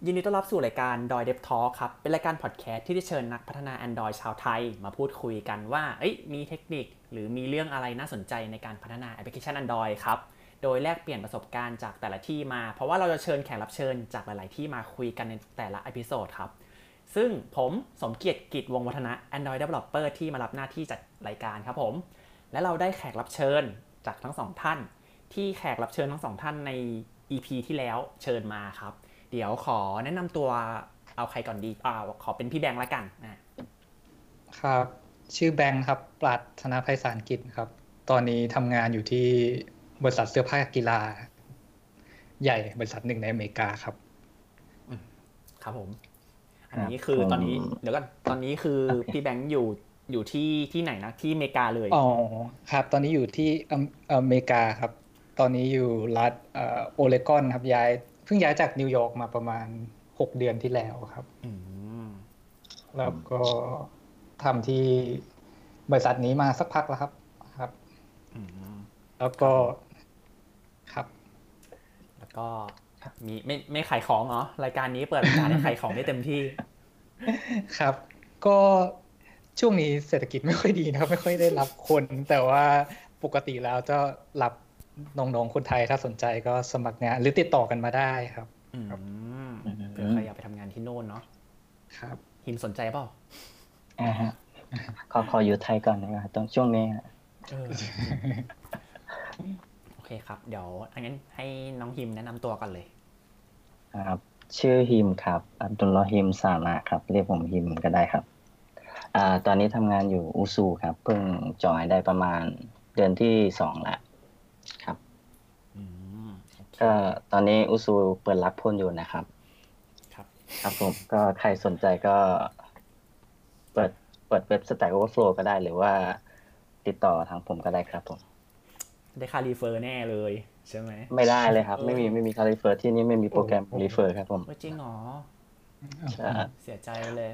ยินดีต้อนรับสู่รายการ Doi Dev Talk ครับเป็นรายการพอดแคสต์ที่ได้เชิญนักพัฒนา Android ชาวไทยมาพูดคุยกันว่ามีเทคนิคหรือมีเรื่องอะไรน่าสนใจในการพัฒนาแอปพลิเคชัน Android ครับโดยแลกเปลี่ยนประสบการณ์จากแต่ละที่มาเพราะว่าเราจะเชิญแขกรับเชิญจากหลายๆที่มาคุยกันในแต่ละเอพิโซดครับซึ่งผมสมเกียรติกิจวงศ์วัฒนะ Android Developer ที่มารับหน้าที่จัดรายการครับผมและเราได้แขกรับเชิญจากทั้งสองท่านที่แขกรับเชิญทั้งสองท่านใน EP ที่แล้วเชิญมาครับเดี๋ยวขอแนะนำตัวเอาใครก่อนดีขอเป็นพี่แบงค์ละกันครับชื่อแบงค์ครับปรัชญาไพศาลกิจครับตอนนี้ทำงานอยู่ที่บริษัทเสื้อผ้ากีฬาใหญ่บริษัทหนึ่งในอเมริกาครับครับผมอันนี้คือตอนนี้เดี๋ยวก่อนตอนนี้คือพี่แบงค์อยู่ที่ไหนนะที่อเมริกาเลยอ๋อครับตอนนี้อยู่ที่อเมริกาครับตอนนี้อยู่รัฐโอเรกอนครับเพิ่งย้ายจากนิวยอร์กมาประมาณ6 เดือนที่แล้วครับแล้วก็ทำที่บริษัทนี้มาสักพักแล้วครับแล้วก็ครับแล้วก็มีไม่ขายของเหรอรายการนี้เปิดโอกาสให้ขายของได้เต็มที่ครับก็ช่วงนี้เศรษฐกิจไม่ค่อยดีนะครับไม่ค่อยได้รับคนแต่ว่าปกติแล้วจะรับน้องๆคนไทยถ้าสนใจก็สมัครงานหรือติดต่อกันมาได้ครับเผื่อใครอยากไปทำงานที่โน่นเนาะครับหิมสนใจเปล่าฮะขออยู่ไทยก่อนนะครับตรงช่วงนี้โอเคครับเดี๋ยวงั้นให้น้องหิมแนะนำตัวกันเลยครับชื่อฮิมครับอับดุลลอฮิมซานะครับเรียกผมฮิมก็ได้ครับตอนนี้ทำงานอยู่อูซูครับเพิ่งจอยได้ประมาณเดือนที่2แล้วครับก็ตอนนี้อูซูเปิดรับคนอยู่นะครับครับผมก็ใครสนใจก็เปิดเว็บ Stack Overflow ก็ได้หรือว่าติดต่อทางผมก็ได้ครับผมได้ค่ารีเฟอร์แน่เลยใช่ไหมไม่ได้เลยครับไม่มีค่ารีเฟอร์ที่นี่ไม่มีโปรแกรมรีเฟอร์ครับผมจริงเหรอเสียใจเลย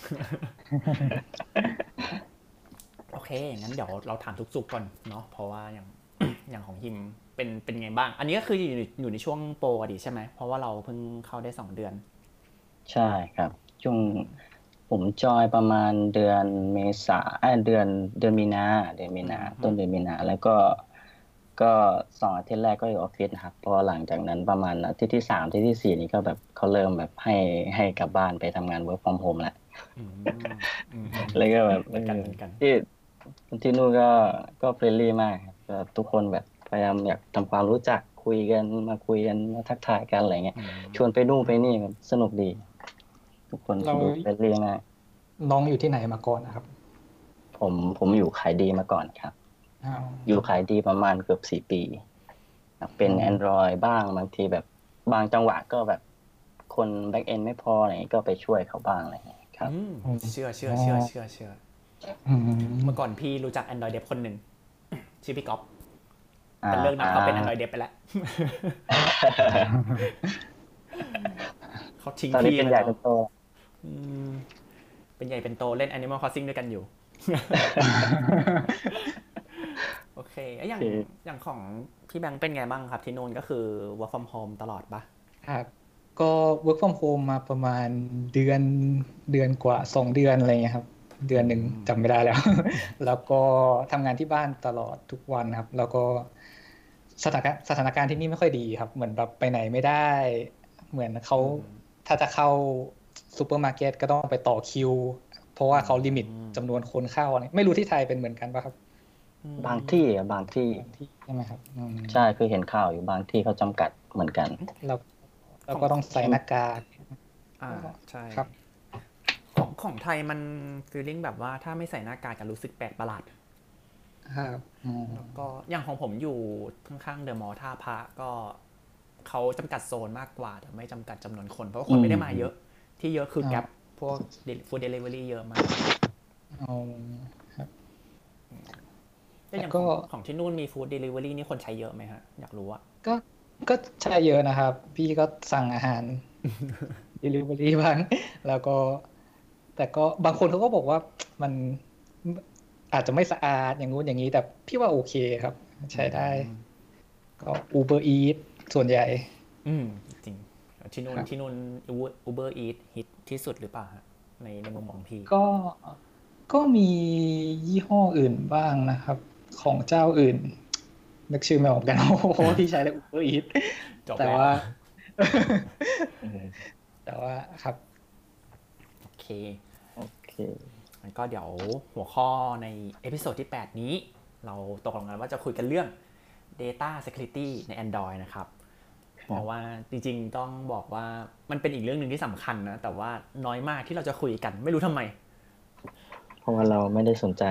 โอเคงั้นเดี๋ยวเราถามทุกสุกก่อนเนาะเพราะว่าอย่างของฮิมเป็นไงบ้างอันนี้ก็คืออยู่ในช่วงโปรดิใช่ไหมเพราะว่าเราเพิ่งเข้าได้2 เดือนใช่ครับช่วงผมจอยประมาณเดือนเมษาเดือนมีนาต้นเดือนมีนาแล้วก็2 อาทิตย์แรกก็อยู่ออฟฟิศนะครับพอหลังจากนั้นประมาณอาทิตย์ที่3อาทิตย์ที่4นี่ก็แบบเขาเริ่มแบบให้กลับบ้านไปทำงาน work from home แล้วแล้วก็แบบที่นู่นก็เฟรนลี่มากครับก็ทุกคนแบบพยายามอยากทำความรู้จักคุยกันมาทักทายกันอะไรเงี้ยชวนไปนู่นไปนี่แบบสนุกดีทุกคนดูเฟรนลี่มากน้องอยู่ที่ไหนมาก่อนนะครับผมอยู่ขายดีมาก่อนครับอยู่ขายดีประมาณเกือบ4 ปีเป็น Android บ้างบางทีแบบบางจังหวะก็แบบคนแบ็กเอนไม่พออะไรก็ไปช่วยเขาบ้างอะไรอย่างเงี้ยครับเชื่อเมื่อก่อนพี่รู้จัก Android Dev คนหนึ่งชื่อพี่ก๊อฟแต่เลิกนับเขาเป็น Android Dev ไปแล้วเขาทิ้งพี่เป็นใหญ่เป็นโตเป็นใหญ่เป็นโตเล่น Animal Crossing ด้วยกันอยู่โอเคอย่างของพี่แบงค์เป็นไงบ้างครับที่โน่นก็คือ work from home ตลอดปะครับก็ work from home มาประมาณเดือนกว่า2 เดือนอะไรเงี้ยครับเดือนหนึ่งจำไม่ได้แล้วแล้วก็ทำงานที่บ้านตลอดทุกวันครับแล้วก็สถานการณ์ที่นี่ไม่ค่อยดีครับเหมือนแบบไปไหนไม่ได้เหมือนเขาถ้าจะเข้าซูเปอร์มาร์เก็ตก็ต้องไปต่อคิวเพราะว่าเขาลิมิตจำนวนคนเข้าอะไรไม่รู้ที่ไทยเป็นเหมือนกันป่ะครับบางที่ใช่ไหมครับใช่คือเห็นข่าวอยู่บางที่เขาจำกัดเหมือนกันเราก็ต้องใส่หน้ากากใช่ครับของไทยมันฟีลลิ่งแบบว่าถ้าไม่ใส่หน้ากากจะรู้สึกแปลกประหลาดครับแล้วก็อย่างของผมอยู่ข้างๆเดอะมอลล์ท่าพระก็เขาจำกัดโซนมากกว่าแต่ไม่จำกัดจำนวนคนเพราะคนไม่ได้มาเยอะที่เยอะคือแกร็บพวกฟู้ดเดลิเวอรี่เยอะมากครับแต่อย่างของที่นู่นมีฟู้ดเดลิเวอรี่นี่คนใช้เยอะไหมฮะอยากรู้อะก็ใช้เยอะนะครับพี่ก็สั่งอาหาร delivery บ้างแล้วก็แต่ก็บางคนเขาก็บอกว่ามันอาจจะไม่สะอาดอย่างงู้นอย่างนี้แต่พี่ว่าโอเคครับใช้ได้ก็ Uber Eats ส่วนใหญ่จริงที่นู่นครับที่นู่น Uber Eats ฮิตที่สุดหรือเปล่าฮะในมุมมองพี่ก็มียี่ห้ออื่นบ้างนะครับของเจ้าอื่นนึกชื่อไม่ออกกันเพราะว่าพี่ใช้แต่ Uber Eats จบแล้วแต่ว่าเออแต่ว่าครับโอเคโอเคงั้นก็เดี๋ยวหัวข้อในเอพิโซดที่ 8 นี้เราตกลงกันว่าจะคุยกันเรื่อง Data Security ใน Android นะครับเพราะว่าจริงๆต้องบอกว่ามันเป็นอีกเรื่องหนึ่งที่สำคัญนะแต่ว่าน้อยมากที่เราจะคุยกันไม่รู้ทำไมเพราะว่าเราไม่ได้สนใจ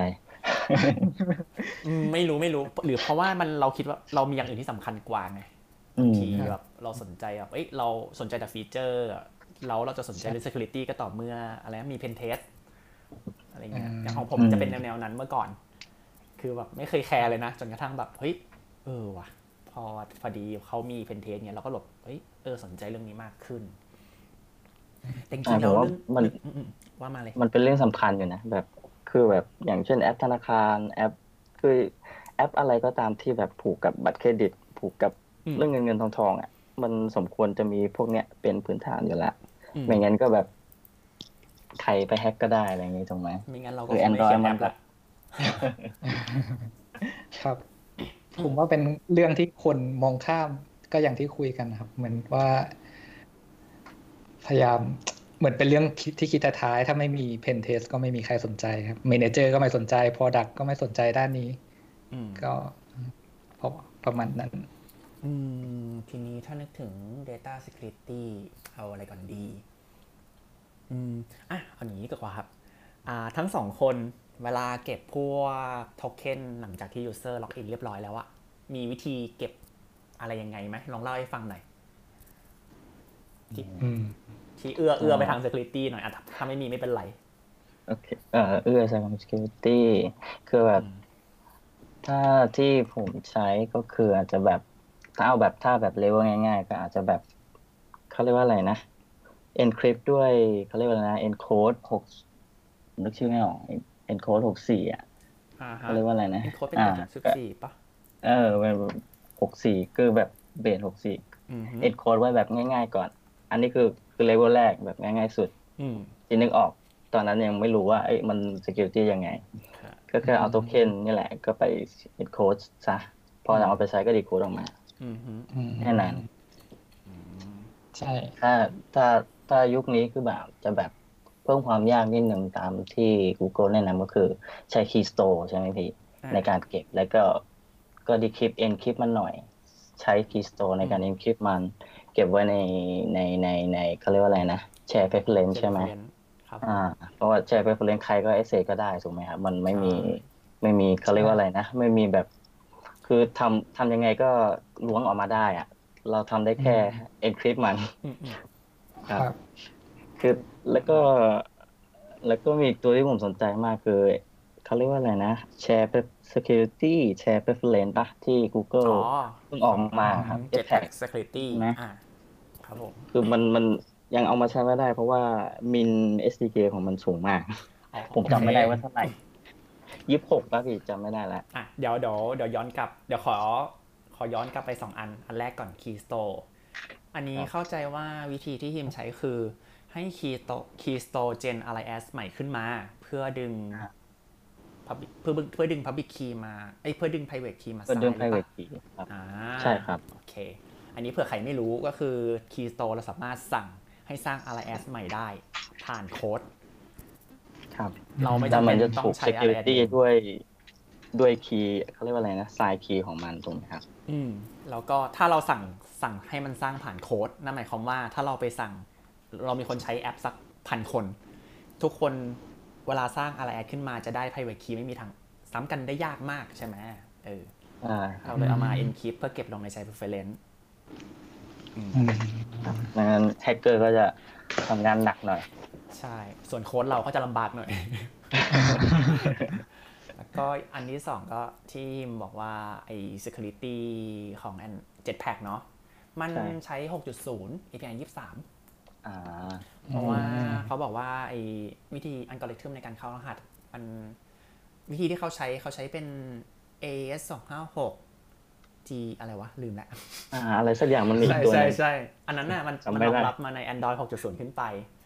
ไม่รู้หรือเพราะว่าเราคิดว่าเรามีอย่างอื่นที่สำคัญกว่าไงบางทีแบบเราสนใจแบบเราสนใจแต่ฟีเจอร์เราจะสนใจเรื่อง security ก็ต่อเมื่ออะไรมี pen test อะไรเงี้ยอย่างของผมจะเป็นแนวนั้นเมื่อก่อนคือแบบไม่เคยแคร์เลยนะจนกระทั่งแบบเฮ้ยว่ะพอดีเขามี pen test เงี้ยเราก็แบบสนใจเรื่องนี้มากขึ้นแต่จริงๆแล้วเรื่องมันว่ามาเลยมันเป็นเรื่องสำคัญอยู่นะแบบคือแบบอย่างเช่นแอปธนาคารแอปคือแอปอะไรก็ตามที่แบบผูกกับบัตรเครดิตผูกกับเรื่องเงินทองอ่ะมันสมควรจะมีพวกเนี้ยเป็นพื้นฐานอยู่แล้วไม่งั้นก็แบบใครไปแฮกก็ได้อะไรอย่างงี้ถูกไหมไม่งั้นเราก็คือคงไม่เขีย Android นแอปละครับผมว่าเป็นเรื่องที่คนมองข้ามก็อย่างที่คุยกันนะครับเหมือนว่าพยายามเหมือนเป็นเรื่องที่คิดแต่ท้ายถ้าไม่มี Pen Test ก็ไม่มีใครสนใจครับ Manager ก็ไม่สนใจ Product ก็ไม่สนใจด้านนี้ก็เพราะประมาณนั้นทีนี้ถ้านึกถึง Data Security เอาอะไรก่อนดีเอาอย่างนี้ดีกว่าครับทั้งสองคนเวลาเก็บพวกโทเค็นหลังจากที่ User Login เรียบร้อยแล้วอะมีวิธีเก็บอะไรยังไงไหมลองเล่าให้ฟังหน่อยที่เอื้อไปทาง Security หน่อยถ้าไม่มีไม่เป็นไรโอเคใช้ของ security คือแบบถ้าที่ผมใช้ก็คืออาจจะแบบถ้าแบบเลเวลง่ายๆก็อาจจะแบบเขาเรียกว่าอะไรนะ encrypt ด้วยเขาเรียกว่าอะไรนะ encode นึกชื่อไม่ออก encode 64อ่ะเขาเรียกว่าอะไรนะ encode เป็น64ป่ะเป็น64คือแบบเบส64 encode ไว้แบบง่ายๆก่อนอันนี้คือเลเวลแรกแบบง่ายๆสุดที่นึกออกตอนนั้นยังไม่รู้ว่ามัน security ยังไงก็แค่เอาโทเค็นนี่แหละก็ไป encode ซะพอเอาไปใช้ก็ decode ออกมาแค่นั้นใช่ถ้ายุคนี้คือแบบจะแบบเพิ่มความยากนิดหนึ่งตามที่ Google แนะนำก็คือใช้ Keystore ใช่ไหมพี่ในการเก็บแล้วก็ decrypt encrypt มันหน่อยใช้ Keystore ในการ encrypt มันเก็บไว้ในเขาเรียกว่าอะไรนะ share preference ใช่ไหมเพราะว่า share preference ใครก็ access ก็ได้ถูกไหมครับมันไม่มีเขาเรียกว่าอะไรนะไม่มีแบบคือทำยังไงก็ล้วงออกมาได้อะเราทำได้แค่ encrypt มันครับคือแล้วก็มีตัวที่ผมสนใจมากคือเขาเรียกว่าอะไรนะ share security share preference ปะที่ Google เพิ่งออกมาครับ Jetpack Security ครับผมคือมันยังเอามาใช้ไม่ได้เพราะว่ามิน SDK ของมันสูงมากผมจำไม่ได้ว่าเท่าไหร่26ป่ะพี่จำไม่ได้แล้วเดี๋ยวย้อนกลับเดี๋ยวขอย้อนกลับไป2อันแรกก่อน Keystore อันนี้เข้าใจว่าวิธีที่ทีมใช้คือให้ Keystore Gen Alias ใหม่ขึ้นมาเพื่อดึง Public Key มาเพื่อดึง Private Key มาใส่ดึง Private Key ครับใช่ครับโอเคอันนี้เผื่อใครไม่รู้ก็คือ Keystore เราสามารถสั่งให้สร้าง Alias ใหม่ได้ผ่านโค้ดครับเราไม่จำเป็นต้องใช้ Alias ด้วยคีย์เขาเรียกว่าอะไรนะ sign key ของมันถูกไหมครับแล้วก็ถ้าเราสั่งให้มันสร้างผ่านโค้ดนั่นหมายความว่าถ้าเราไปสั่งเรามีคนใช้แอปสัก1,000 คนทุกคนเวลาสร้าง Alias ขึ้นมาจะได้ Private Key ไม่มีทางซ้ำกันได้ยากมากใช่ไหมเราเลยเอามา encrypt เพื่อเก็บลงใน Share Preference งั้นแฮกเกอร์ก็จะทำงานหนักหน่อยใช่ส่วนโค้ดเราก็จะลำบากหน่อย แล้วก็อันที่2ก็ที่บอกว่าไอ้ security ของ Jetpack เนาะมันใช้ 6.0 API 23เพราะว่าเขาบอกว่าไอ้วิธีอัลกอริทึมในการเข้ารหัสมันวิธีที่เขาใช้เป็น AES 256 G อะไรวะลืมแล้วอะไรสักอย่างมันมีตัวนึงใช่อันนั้นน่ะมันรองรับมาใน Android 6.0 ขึ้นไป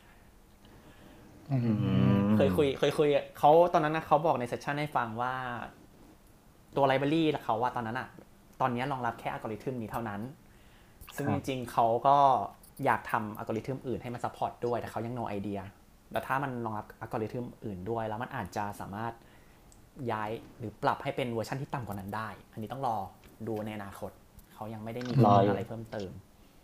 เคยคุยเขาตอนนั้นนะเขาบอกในเซสชันให้ฟังว่าตัวไลบรารีเขาว่าตอนนั้นอ่ะตอนนี้รองรับแค่อัลกอริทึมนี้เท่านั้นซึ่งจริงๆเขาก็อยากทำอัลกอริทึมอื่นให้มันซัพพอร์ตด้วยแต่เขายัง no idea แล้วถ้ามันรองรับอัลกอริทึมอื่นด้วยแล้วมันอาจจะสามารถย้ายหรือปรับให้เป็นเวอร์ชันที่ต่ำกว่านั้นได้อันนี้ต้องรอดูในอนาคตเขายังไม่ได้มีอะไรเพิ่มเติม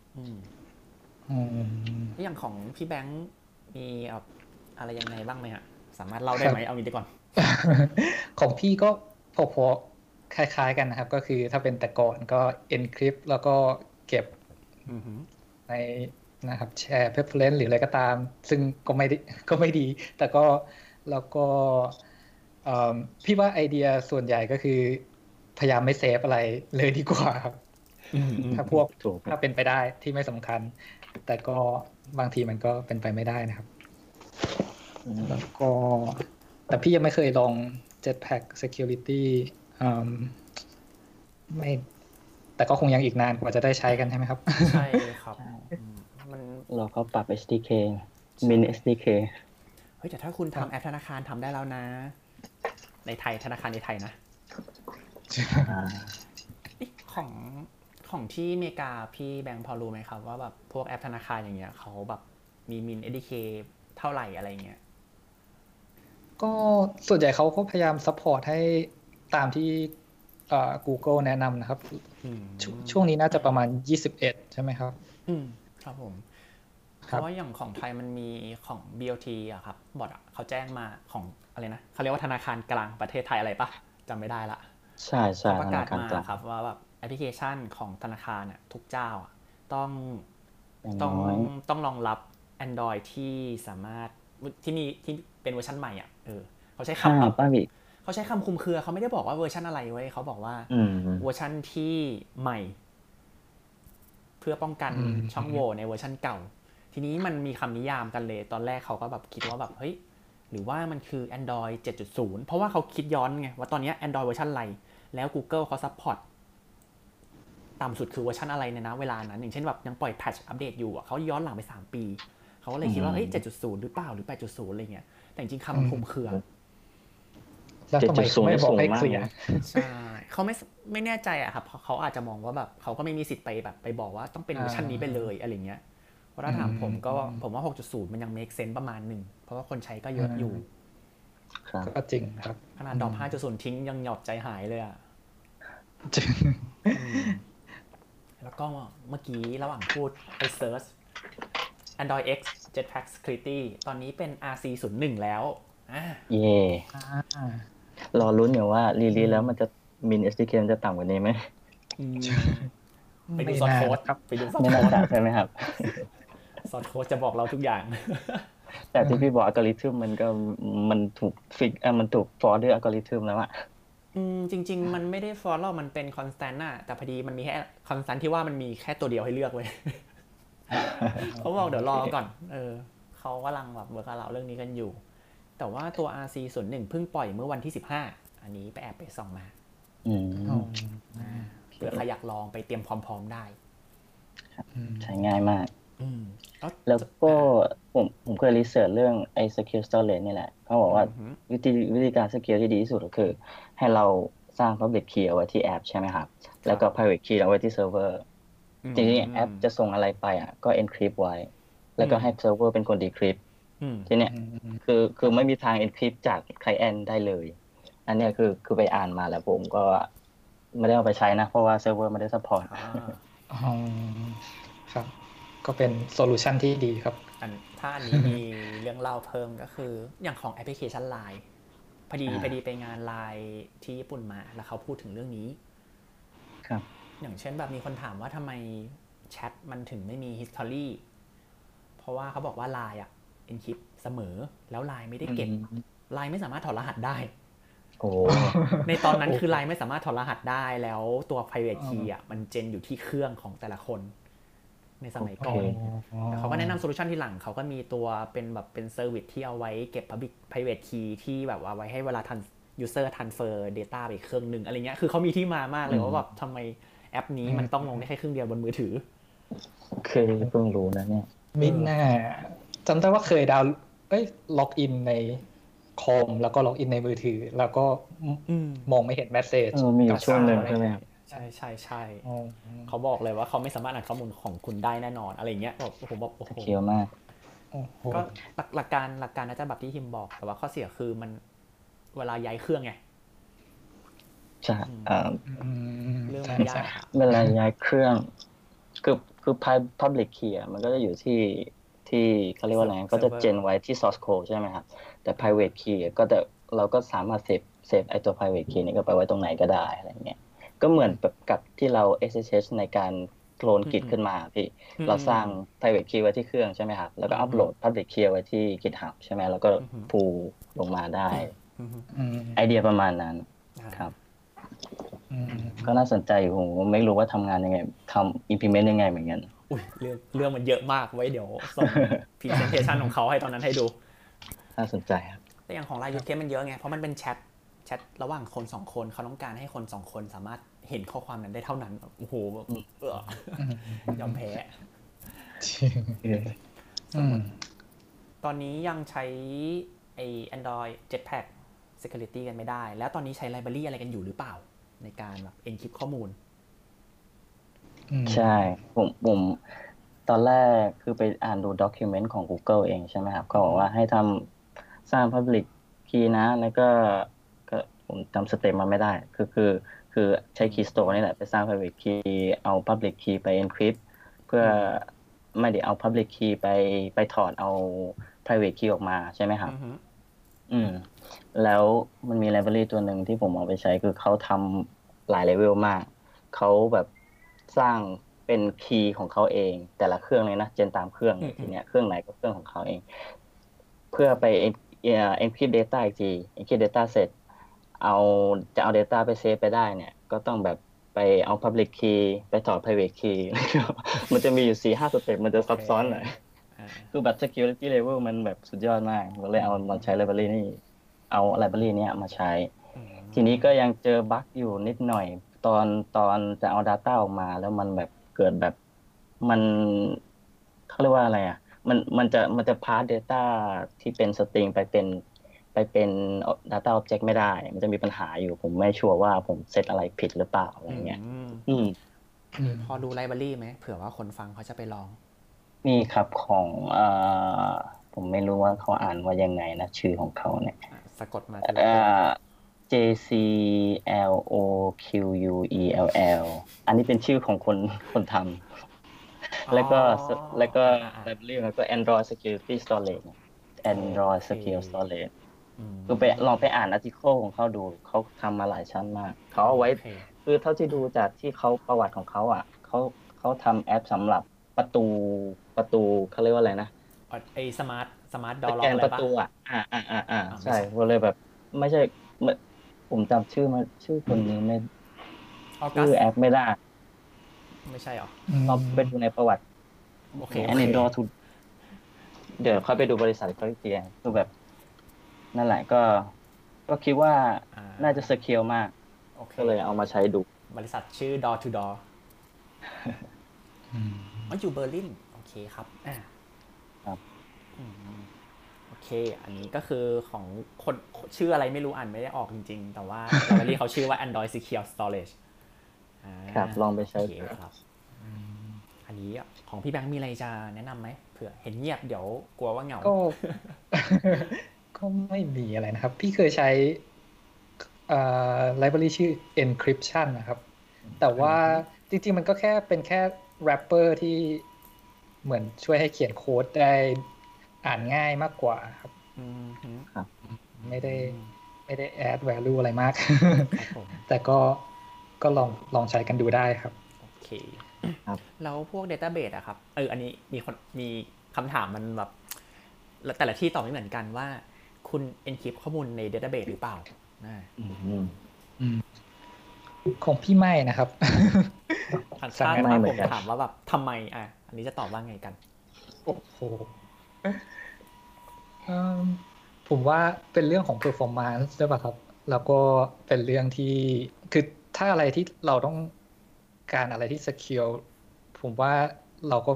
อย่างของพี่แบงค์มีอะไรยังไงบ้างไหมฮะสามารถเล่าได้ไหมเอางี้ดีก่อนของพี่ก็พอๆคล้ายๆกันนะครับก็คือถ้าเป็นแต่ก่อนก็ encrypt แล้วก็เก็บในนะครับแชร์ preference หรืออะไรก็ตามซึ่งก็ไม่ดีแต่ก็แล้วก็พี่ว่าไอเดียส่วนใหญ่ก็คือพยายามไม่เซฟอะไรเลยดีกว่าครับถ้าเป็นไปได้ที่ไม่สำคัญแต่ก็บางทีมันก็เป็นไปไม่ได้นะครับแล้วก็แต่พี่ยังไม่เคยลอง Jetpack Security ไม่แต่ก็คงยังอีกนานกว่าจะได้ใช้กันใช่ไหมครับใช่ครับมันเราก็ปรับ SDK Min SDK เฮ้ยแต่ถ้าคุณทำแอปธนาคารทำได้แล้วนะในไทยธนาคารในไทยนะของที่อเมริกาพี่แบงค์พอรู้ไหมครับว่าแบบพวกแอปธนาคารอย่างเงี้ยเขาแบบมี Min SDK เท่าไหร่อะไรเงี้ยก็ส่วนใหญ่เขาก็พยายามซัพพอร์ตให้ตามที่Google แนะนำนะครับช่วงนี้น่าจะประมาณ21ใช่ไหมครับครับผมเพราะว่าอย่างของไทยมันมีของ BOT อะครับบอทเขาแจ้งมาของอะไรนะเขาเรียกว่าธนาคารกลางประเทศไทยอะไรปะจำไม่ได้ละใช่เขาประกาศมาครับว่าแบบแอปพลิเคชันของธนาคารทุกเจ้าต้องรองรับ Android ที่สามารถที่เป็นเวอร์ชันใหม่อ่ะเขาใช้คำเขาใช้คำคลุมเครือเขาไม่ได้บอกว่าเวอร์ชันอะไรเว้ยเขาบอกว่าเวอร์ชันที่ใหม่เพื่อป้องกันช่องโหว่ในเวอร์ชันเก่าทีนี้มันมีคำนิยามกันเลยตอนแรกเขาก็แบบคิดว่าแบบเฮ้ยหรือว่ามันคือ Android 7.0 เพราะว่าเขาคิดย้อนไงว่าตอนนี้ Android เวอร์ชันอะไรแล้ว Google เขาซัพพอร์ตต่ำสุดคือเวอร์ชันอะไรในนะเวลานั้นอย่างเช่นแบบยังปล่อยแพทช์อัปเดตอยู่เขาย้อนหลังไป3ปีเขาก็เลยคิดว่าเฮ้ย 7.0 หรือเปล่าหรือ 8.0 อะไรเงี้ยแต่จริงๆคำคลุมเครือแล้วทำไมไม่บอกให้เคลียร์ใช่เขาไม่แน่ใจอะครับเขาอาจจะมองว่าแบบเขาก็ไม่มีสิทธิ์ไปบอกว่าต้องเป็นเวอร์ชันนี้ไปเลยอะไรเงี้ยเพราะถ้าถามผมว่า 6.0 มันยัง make sense ประมาณนึงเพราะว่าคนใช้ก็เยอะอยู่ก็จริงครับขนาดดรอป 5.0 ทิ้งยังหยอดใจหายเลยอะจริงแล้วก็เมื่อกี้ระหว่างพูดไปเซิร์ช Android X Jetpack Security ตอนนี้เป็น RC01 แล้วเย่รอลุ้นอยู่ว่ารีลีแล้วมันจะ Min SDK มันจะต่ำกว่านี้ไหมไปดูซอร์สโค้ดไปดูซอร์สโค้ดใช่ไหมครับซอร์สโค้ดจะบอกเราทุกอย่างแต่ที่พี่บอกอัลกอริทึมมันถูกฟิกมันถูกฟอร์ด้วยอัลกอริทึมแล้วอะจริงๆมันไม่ได้ฟอร์หรอกมันเป็นคอนสแตนต์น่ะแต่พอดีมันมีแค่คอนสแตนต์ที่ว่ามันมีแค่ตัวเดียวให้เลือกเว้ยเขาบอกเดี๋ยวรอก่อนเขากำลังแบบเวิร์กเอาเรื่องนี้กันอยู่แต่ว่าตัว RC01 เพิ่งปล่อยเมื่อวันที่15อันนี้ไปแอบไปส่องมาเผื่อใครอยากลองไปเตรียมพร้อมๆได้ใช้ง่ายมากแล้วก็ผมเคยรีเสิร์ชเรื่องไอ้ secure storage นี่แหละเขาบอกว่าวิธีการ secure ที่ดีที่สุดก็คือให้เราสร้าง public key เอาไว้ที่แอปใช่ไหมครับแล้วก็ private key เอาไว้ที่เซิร์ฟเวอร์ทีนี้แอปจะส่งอะไรไปก็ encrypt ไว้แล้วก็ให้เซิร์ฟเวอร์เป็นคน decrypt ทีเนี้ยคือไม่มีทาง encrypt จาก client ได้เลยอันนี้คือไปอ่านมาแล้วผมก็ไม่ได้เอาไปใช้นะเพราะว่าเซิร์ฟเวอร์ไม่ได้ support ครับก็เป็นโซลูชันที่ดีครับถ้าอันนี้มีเรื่องเล่าเพิ่มก็คืออย่างของแอปพลิเคชัน LINE พอดีไปงาน LINE ที่ญี่ปุ่นมาแล้วเขาพูดถึงเรื่องนี้ครับอย่างเช่นแบบมีคนถามว่าทำไมแชทมันถึงไม่มี history เพราะว่าเขาบอกว่า LINE encrypt เสมอแล้ว LINE ไม่ได้เก็บ LINE ไม่สามารถถอดรหัสได้ในตอนนั้นคือ LINE ไม่สามารถถอดรหัสได้แล้วตัว private key มันเจนอยู่ที่เครื่องของแต่ละคนในสมัยก่อนแต่เขาก็แนะนำโซลูชันที่หลังเขาก็มีตัวเป็นแบบเป็นเซอร์วิสที่เอาไว้เก็บ public private key ที่แบบว่าไว้ให้เวลาuser transfer data ไปเครื่องนึงอะไรเงี้ยคือเขามีที่มามากเลยว่าแบบทำไมแอปนี้มันต้องลงได้แค่ครึ่งเดียวบนมือถือเคยเพิ่งรู้นะเนี่ยมิน่าจำได้ว่าเคยดาวน์ล็อกอินในคอมแล้วก็ล็อกอินในมือถือแล้วก็มองไม่เห็นเมสเสจมีช่วงหนึ่งใช่ไหมใช่ใช่ใช่เขาบอกเลยว่าเขาไม่สามารถอ่านข้อมูลของคุณได้แน่นอนอะไรเงี้ยผมบอกโอ้โหเคียวมากก็หลักการน่าจะแบบที่ฮิมบอกแต่ว่าข้อเสียคือมันเวลาย้ายเครื่องไงใช่เรื่องมันยากเวลาย้ายเครื่องคือ public key มันก็จะอยู่ที่เขาเรียกว่าอะไรก็จะเจนไว้ที่ source code ใช่ไหมครับแต่ private key ก็จะเราก็สามารถเซฟไอตัว private key นี้ก็ไปไว้ตรงไหนก็ได้อะไรเงี้ยก็เหมือนแบบกับที่เรา SSH ในการโคลน Git ขึ้นมาพี่เราสร้าง private key ไว้ที่เครื่องใช่ไหมครับแล้วก็อัปโหลด public key ไว้ที่ GitHub ใช่ไหมแล้วก็พูลลงมาได้ไอเดียประมาณนั้นครับก็น่าสนใจอยู่ผมไม่รู้ว่าทำงานยังไงทำ implement ยังไงเหมือนกันอุ้ยเรื่องมันเยอะมากไว้เดี๋ยวส่ง presentation ของเขาให้ตอนนั้นให้ดูน่าสนใจครับแต่อย่างของไลน์ยูเคมันเยอะไงเพราะมันเป็นแชทระหว่างคน2คนเขาต้องการให้คน2คนสามารถเห็นข้อความนั้นได้เท่านั้นโอ้โหยอมแพ้ตอนนี้ยังใช้ไอ้ Android Jetpack Security กันไม่ได้แล้วตอนนี้ใช้ library อะไรกันอยู่หรือเปล่าในการแบบ encrypt ข้อมูลใช่ผมตอนแรกคือไปอ่านดู document ของ Google เองใช่ไหมครับเขาบอกว่าให้ทำสร้าง public key นะแล้วก็ผมจำสเต็ปมาไม่ได้คือใช้ keystore นี่แหละไปสร้าง private key เอา public key ไป encrypt เพื่อไม่ได้เอา public key ไปถอดเอา private key ออกมาใช่ไหมครับแล้วมันมี library ตัวหนึ่งที่ผมเอาไปใช้คือเขาทำหลายเลเวลมากเขาแบบสร้างเป็นคีย์ของเขาเองแต่ละเครื่องเลยนะเจนตามเครื่องทีเนี้ยเครื่องไหนก็เครื่องของเขาเองเพื่อไปencrypt data อีกที encrypt data เสร็จจะเอา data ไปเซฟไปได้เนี่ยก็ต้องแบบไปเอา public key ไปถอด private key มันจะมีอยู่ 4-5 สเต็ปมันจะซับซ้อนหน่อยคือแบบ security level มันแบบสุดยอดมากก็เลยเอามาใช้ library นี่เอา library นี้มาใช้ทีนี้ก็ยังเจอบั๊กอยู่นิดหน่อยตอนจะเอา data ออกมาแล้วมันแบบเกิดแบบมันเขาเรียกว่าอะไรอ่ะมันจะพาส data ที่เป็น string ไปเป็น data object ไม่ได้มันจะมีปัญหาอยู่ผมไม่ชัวร์ว่าผมเซตอะไรผิดหรือเปล่าอะไรเงี้ยพอดู library ไหมเผื่อว่าคนฟังเขาจะไปลองมีครับของผมไม่รู้ว่าเขาอ่านว่ายังไงนะชื่อของเขาเนี่ยสะกดมา JCLOQUELL อันนี้เป็นชื่อของคนทำแล้วก็ library แล้วก็ Android Security Storage Android Secure Storage คือลองไปอ่านอาร์ติเคิลของเขาดูเขาทำมาหลายชั้นมากเขาเอาไว้คือเท่าที่ดูจากที่เขาประวัติของเขาอ่ะเขาทำแอปสำหรับประตูเขาเรียกว่าอะไรนะไอ้สมาร์ทดอร์ล็อกอะไรปะประตูอ่ะใช่ก็เลยแบบไม่ใช่ผมจำชื่อคนนี้ไม่ชื่อแอปไม่ได้ไม่ใช่หรอเราไปดูในประวัติโอเคอันนี้รอทุนเดี๋ยวค่อยไปดูบริษัทเขาอีกทีคือแบบนั่นแหละก็คิดว่าน่าจะสเกลมากก็เลยเอามาใช้ดูบริษัทชื่อ Door to Door อยู่เบอร์ลินโอเคครับครับโอเคอันนี้ก็คือของคนชื่ออะไรไม่รู้อ่านไม่ได้ออกจริงๆแต่ว่า library เขาชื่อว่า Android Secure Storage ครับลองไปใช้ครับอันนี้ของพี่แบงค์มีอะไรจะแนะนำไหมเผื่อเห็นเงียบเดี๋ยวกลัวว่าเหงาก็ไม่มีอะไรนะครับพี่เคยใช้library ชื่อ encryption นะครับแต่ว่าจริงๆมันก็เป็นแค่ wrapper ที่เหมือนช่วยให้เขียนโค้ดได้อ่านง่ายมากกว่าครับไม่ได้ add value อะไรมากแต่ก็ลองใช้กันดูได้ครับโอเคแล้วพวก database อะครับอันนี้มีคำถามมันแบบแต่ละที่ตอบไม่เหมือนกันว่าคุณ encrypt ข้อมูลใน database หรือเปล่าของพี่ไม่นะครับถ้าผมถามว่าแบบทำไมอันนี้จะตอบว่าไงกันโอ้โหผมว่าเป็นเรื่องของ performance ด้วยป่ะครับแล้วก็เป็นเรื่องที่คือถ้าอะไรที่เราต้องการอะไรที่ secure ผมว่าเราก็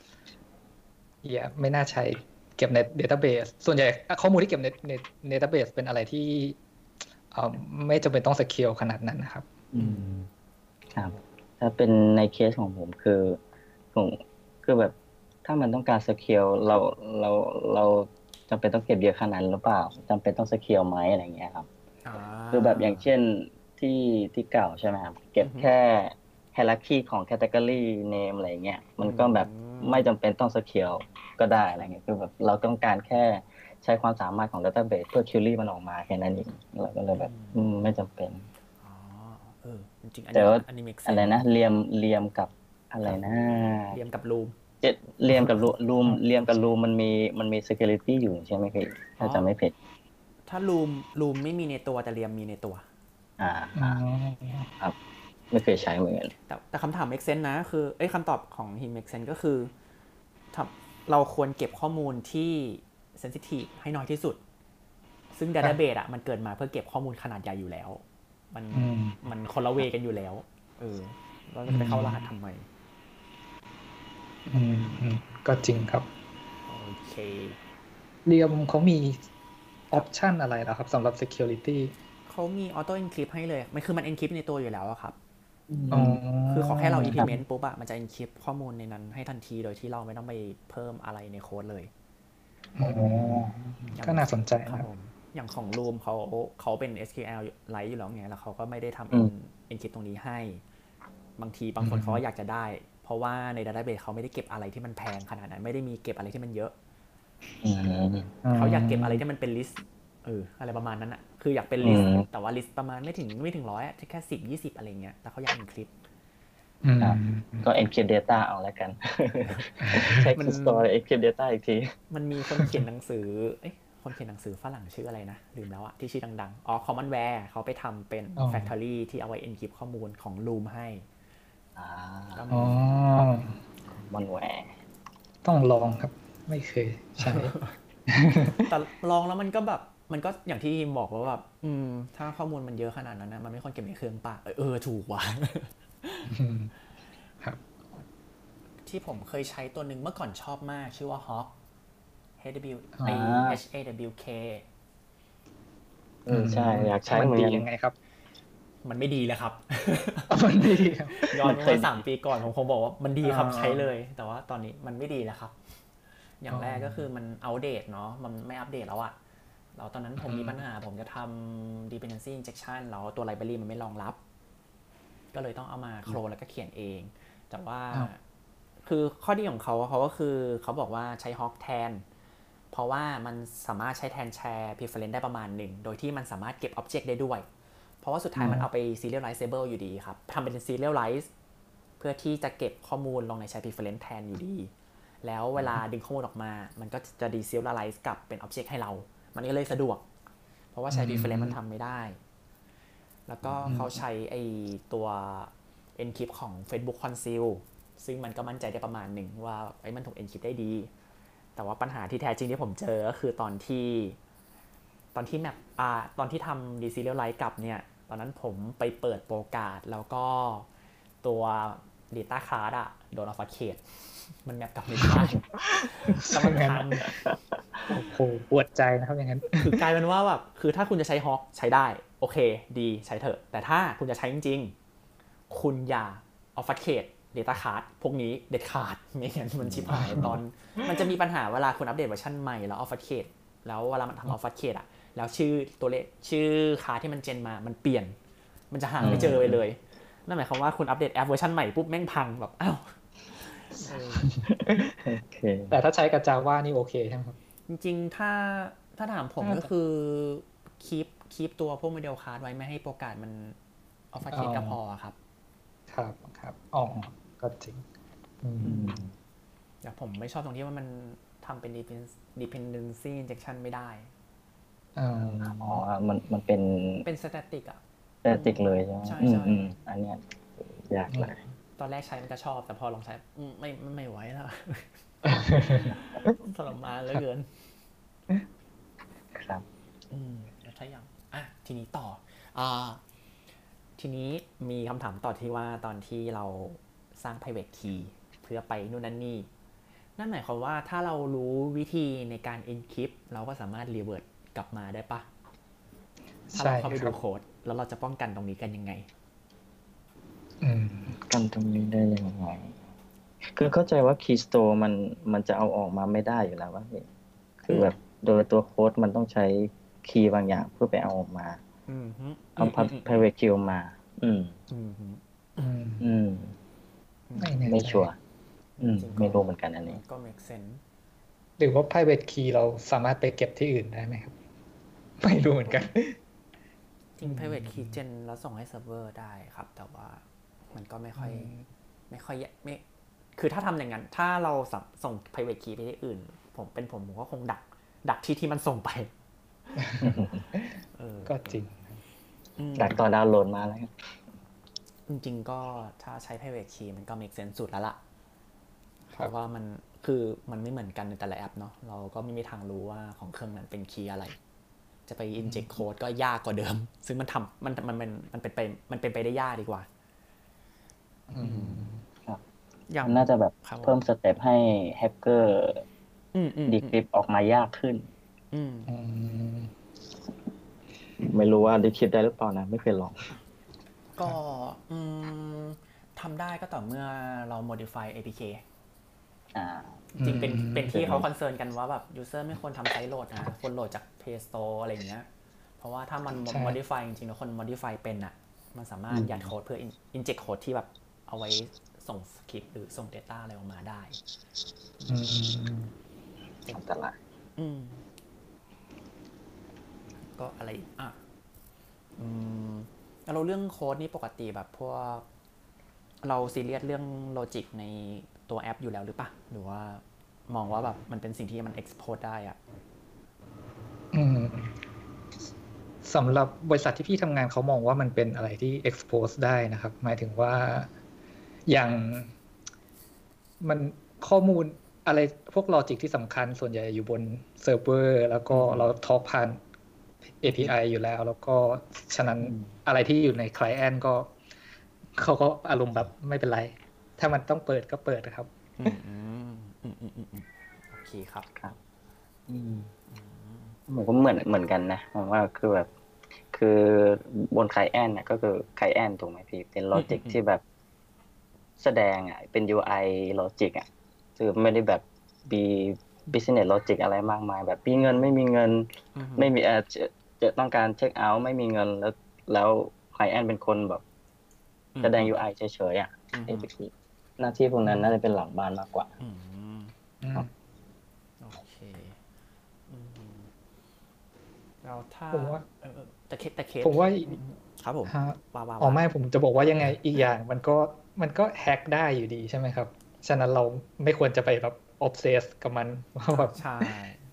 ไม่น่าใช้เก็บใน database ส่วนใหญ่ข้อมูลที่เก็บใน database เป็นอะไรที่ไม่จำเป็นต้อง secure ขนาดนั้นนะครับครับถ้าเป็นในเคสของผมผมคือแบบถ้ามันต้องการสเกลเราจำเป็นต้องเก็บเยอะขนาดนั้นหรือเปล่าจำเป็นต้องสเกลไหมอะไรเงี้ยครับคือแบบอย่างเช่นที่เก่าใช่ไหมครับเก็บแค่ hierarchy ของ category name อะไรเงี้ยมันก็แบบไม่จำเป็นต้องสเกลก็ได้อะไรเงี้ยคือแบบเราต้องการแค่ใช้ความสามารถของ database เพื่อ query มันออกมาแค่นั้นเองเราก็เลยแบบไม่จำเป็นจริงๆแต่ว่าอันนี้ make sense อะไรนะเรียมกับอะไรนะเรียมกับลูมเรียมกับรูมมันมี security อยู่ใช่ไหมพี่ถ้าจำไม่ผิดถ้าลูมไม่มีในตัวแต่เรียมมีในตัวครับไม่เคยใช้เหมือนกันแต่คำถาม make sense นะคือคำตอบของ him make sense ก็คือเราควรเก็บข้อมูลที่ sensitive ให้น้อยที่สุดซึ่ง database มันเกิดมาเพื่อเก็บข้อมูลขนาดใหญ่อยู่แล้วมันคนละเวกันอยู่แล้วเราจะไปเข้ารหัสทำไมก็จริงครับโอเคเรียมเขามีออปชันอะไรล่ะครับสำหรับ security เขามี auto encrypt ให้เลยมันคือมัน encrypt ในตัวอยู่แล้วครับคือขอแค่เรา implement ปุ๊บมันจะ encrypt ข้อมูลในนั้นให้ทันทีโดยที่เราไม่ต้องไปเพิ่มอะไรในโค้ดเลยก็น่าสนใจครับอย่างของ Loom เขาเป็น SQLite อยู่แล้วไงแล้วเขาก็ไม่ได้ทำ encrypt ตรงนี้ให้บางทีบางคนเขาก็อยากจะได้เพราะว่าใน database เขาไม่ได้เก็บอะไรที่มันแพงขนาดนั้นไม่ได้มีเก็บอะไรที่มันเยอะเขาอยากเก็บอะไรที่มันเป็น list อะไรประมาณนั้นอ่ะคืออยากเป็น list แต่ว่า list ประมาณไม่ถึง100อ่ะแค่10-20อะไรเงี้ยแล้วเขาอยาก encrypt ก็ encrypt data เอาแล้วกันใช้ store encrypt data อีกทีมันมีคนเขียนหนังสือคนเขียนหนังสือฝรั่งชื่ออะไรนะลืมแล้วอะที่ชื่อดังๆCommonwealth เขาไปทำเป็น factory ที่เอาไว้ encrypt ข้อมูลของ Loom ให้ Commonwealth ต้องลองครับไม่เคยใช่แต่ลองแล้วมันก็อย่างที่ฮิมบอกว่าแบบถ้าข้อมูลมันเยอะขนาดนั้นนะมันไม่ควรเก็บในเครื่องป่ะถูกว่ะครับที่ผมเคยใช้ตัวหนึ่งเมื่อก่อนชอบมากชื่อว่า Hawk HAWK ใช่อยากใช้เหมือนกันยังไงครับมันไม่ดีเลยครับมันไม่ดีครับย้อนไป3 ปีก่อนผมคงบอกว่ามันดีครับใช้เลยแต่ว่าตอนนี้มันไม่ดีแล้วครับอย่างแรกก็คือมันอัปเดตเนาะมันไม่อัปเดตแล้วอะแล้วตอนนั้นผมมีปัญหาผมจะทำ dependency injection แล้วตัว library มันไม่รองรับก็เลยต้องเอามาโคลนแล้วก็เขียนเองแต่ว่าคือข้อดีของเขาก็คือเขาบอกว่าใช้ Hawk แทนเพราะว่ามันสามารถใช้แทนแชร์ preference ได้ประมาณหนึ่งโดยที่มันสามารถเก็บ object ได้ด้วยเพราะว่าสุดท้ายมันเอาไป serializable อยู่ดีครับทำเป็น serialize เพื่อที่จะเก็บข้อมูลลงในแชร์ preference แทนอยู่ดีแล้วเวลาดึงข้อมูลออกมามันก็จะ deserialize กลับเป็น object ให้เรามันก็เลยสะดวกเพราะว่าแชร์ preference มันทำไม่ได้แล้วก็เขาใช้ตัว encrypt ของ Facebook Conceal ซึ่งมันก็มั่นใจได้ประมาณหนึ่งว่ามันถูก encrypt ได้ดีแต่ว่าปัญหาที่แท้จริงที่ผมเจอก็คือตอนที่แมปตอนที่ทำ deserialize กลับเนี่ยตอนนั้นผมไปเปิดโปรการ์ดแล้วก็ตัว data card โดน obfuscate มันแมปกลับไม่ได้แล้วมันทันโอ้โหปวดใจนะครับอย่างนั้นคือกลายเป็นว่าแบบคือถ้าคุณจะใช้ Hawk ใช้ได้โอเคดีใช้เถอะแต่ถ้าคุณจะใช้จริงๆคุณอย่า obfuscate data card พวกนี้เด็ดขาดไม่งั้นมันชิบหายตอนมันจะมีปัญหาเวลาคุณอัปเดตเวอร์ชันใหม่แล้ว obfuscate แล้วเวลามันทำ obfuscate แล้วชื่อตัวเลขชื่อคาที่มันเจนมามันเปลี่ยนมันจะหาไม่เจอไปเลยนั่นหมายความว่าคุณอัปเดตแอปเวอร์ชันใหม่ปุ๊บแม่งพังแบบอ้าวแต่ถ้าใช้กับ Java นี่โอเคใช่ไหมครับจริงๆถ้าถามผมก็คือคีปตัวพวกโมเดลคาร์ดไว้ไม่ให้โปรแกรมมันออฟฟัคเคทก็พอครับครับก็จริงแต่ผมไม่ชอบตรงที่ว่ามันทำเป็น dependency injection ไม่ได้มันเป็น static static เลยใช่ไหมใช่อันนี้ยากเลยตอนแรกใช้มันก็ชอบแต่พอลองใช้ไม่ไหวแล้วทรมานเหลือเกินครับแล้วใช่ยังทีนี้ต่อทีทีนี้มีคำถามต่อที่ว่าตอนที่เราสร้าง private key เพื่อไปนู่นนั่นนี่นั่นหมายความว่าถ้าเรารู้วิธีในการ encrypt เราก็สามารถ revert กลับมาได้ปะถ้าเราเข้าไปดูโค้ดแล้วเราจะป้องกันตรงนี้กันยังไงกันตรงนี้ได้ยังไงคือเข้าใจว่า Keystore มันจะเอาออกมาไม่ได้อยู่แล้วว่าคือแบบโดยตัวโค้ดมันต้องใช้คีย์บางอย่างเพื่อไปเอาออกมาเอา private key มาไม่ชัวร์ไม่รู้เหมือนกันอันนี้ก็ make sense หรือว่า private key เราสามารถไปเก็บที่อื่นได้ไหมครับไม่รู้เหมือนกันจริง private key gen แล้วส่งให้เซิร์ฟเวอร์ได้ครับแต่ว่ามันก็ไม่ค่อยคือถ้าทำอย่างนั้นถ้าเราส่ง private key ไปที่อื่นผมก็คงดักที่มันส่งไปก็จริงดักต่อดาวน์โหลดมาแล้วจริงๆก็ถ้าใช้ private key มันก็ make sense สุดแล้วล่ะเพราะว่ามันไม่เหมือนกันในแต่ละแอปเนาะเราก็ไม่มีทางรู้ว่าของเครื่องนั้นเป็นคีย์อะไรจะไป inject code ก็ยากกว่าเดิมซึ่งมันเป็นไปได้ยากดีกว่าอย่างน่าจะแบบเพิ่มสเต็ปให้แฮกเกอร์ดีคริปออกมายากขึ้นไม่รู้ว่าดีคริปได้หรือเปล่านะไม่เคยลองก็ทำได้ก็ต่อเมื่อเรา modify APK จริงเป็นที่เขาคอนเซิร์นกันว่าแบบ user ไม่ควรทำไซต์โหลดนะควรโหลดจาก Play Store อะไรอย่างเงี้ยเพราะว่าถ้ามัน modify จริงๆแล้วคน modify เป็นอ่ะมันสามารถยัดโค้ดเพื่อ inject โค้ดที่แบบเอาไว้ส่งสคริปต์หรือส่ง data อะไรออกมาได้อันตรายก็อะไรเราเรื่องโค้ดนี่ปกติแบบพวกเราซีเรียสเรื่องโลจิกในตัวแอปอยู่แล้วหรือปะหรือว่ามองว่าแบบมันเป็นสิ่งที่มัน export ได้อ่ะสำหรับบริษัทที่พี่ทำงานเขามองว่ามันเป็นอะไรที่ expose ได้นะครับหมายถึงว่าอย่างมันข้อมูลอะไรพวกลอจิกที่สำคัญส่วนใหญ่อยู่บนเซิร์ฟเวอร์แล้วก็เราทอล์กผ่าน API อยู่แล้วก็ฉะนั้นอะไรที่อยู่ใน client ก็เขาก็อารมณ์แบบไม่เป็นไรถ้ามันต้องเปิดก็เปิดนะครับโอเคครับผมก็เหมือนกันนะผมว่าคือแบบคือบน client น่ะก็คือ client ถูกไหมพี่เป็นลอจิกที่แบบแสดงเป็น UI logic คือไม่ได้แบบมี business logic อะไรมากมายแบบมีเงินไม่มีเงินไม่มีจะต้องการเช็คเอาท์ไม่มีเงินแล้ว client เป็นคนแบบแสดง UI เฉยๆหน้าที่พวกนั้นน่าจะเป็นหลังบ้านมากกว่าโอเคเราถ้าแต่เคสผมว่าครับผมไม่ผมจะบอกว่ายังไงอีกอย่างมันก็แฮกได้อยู่ดีใช่ไหมครับฉะนั้นเราไม่ควรจะไปแบบออฟเซสกับมันว่าแบบใช่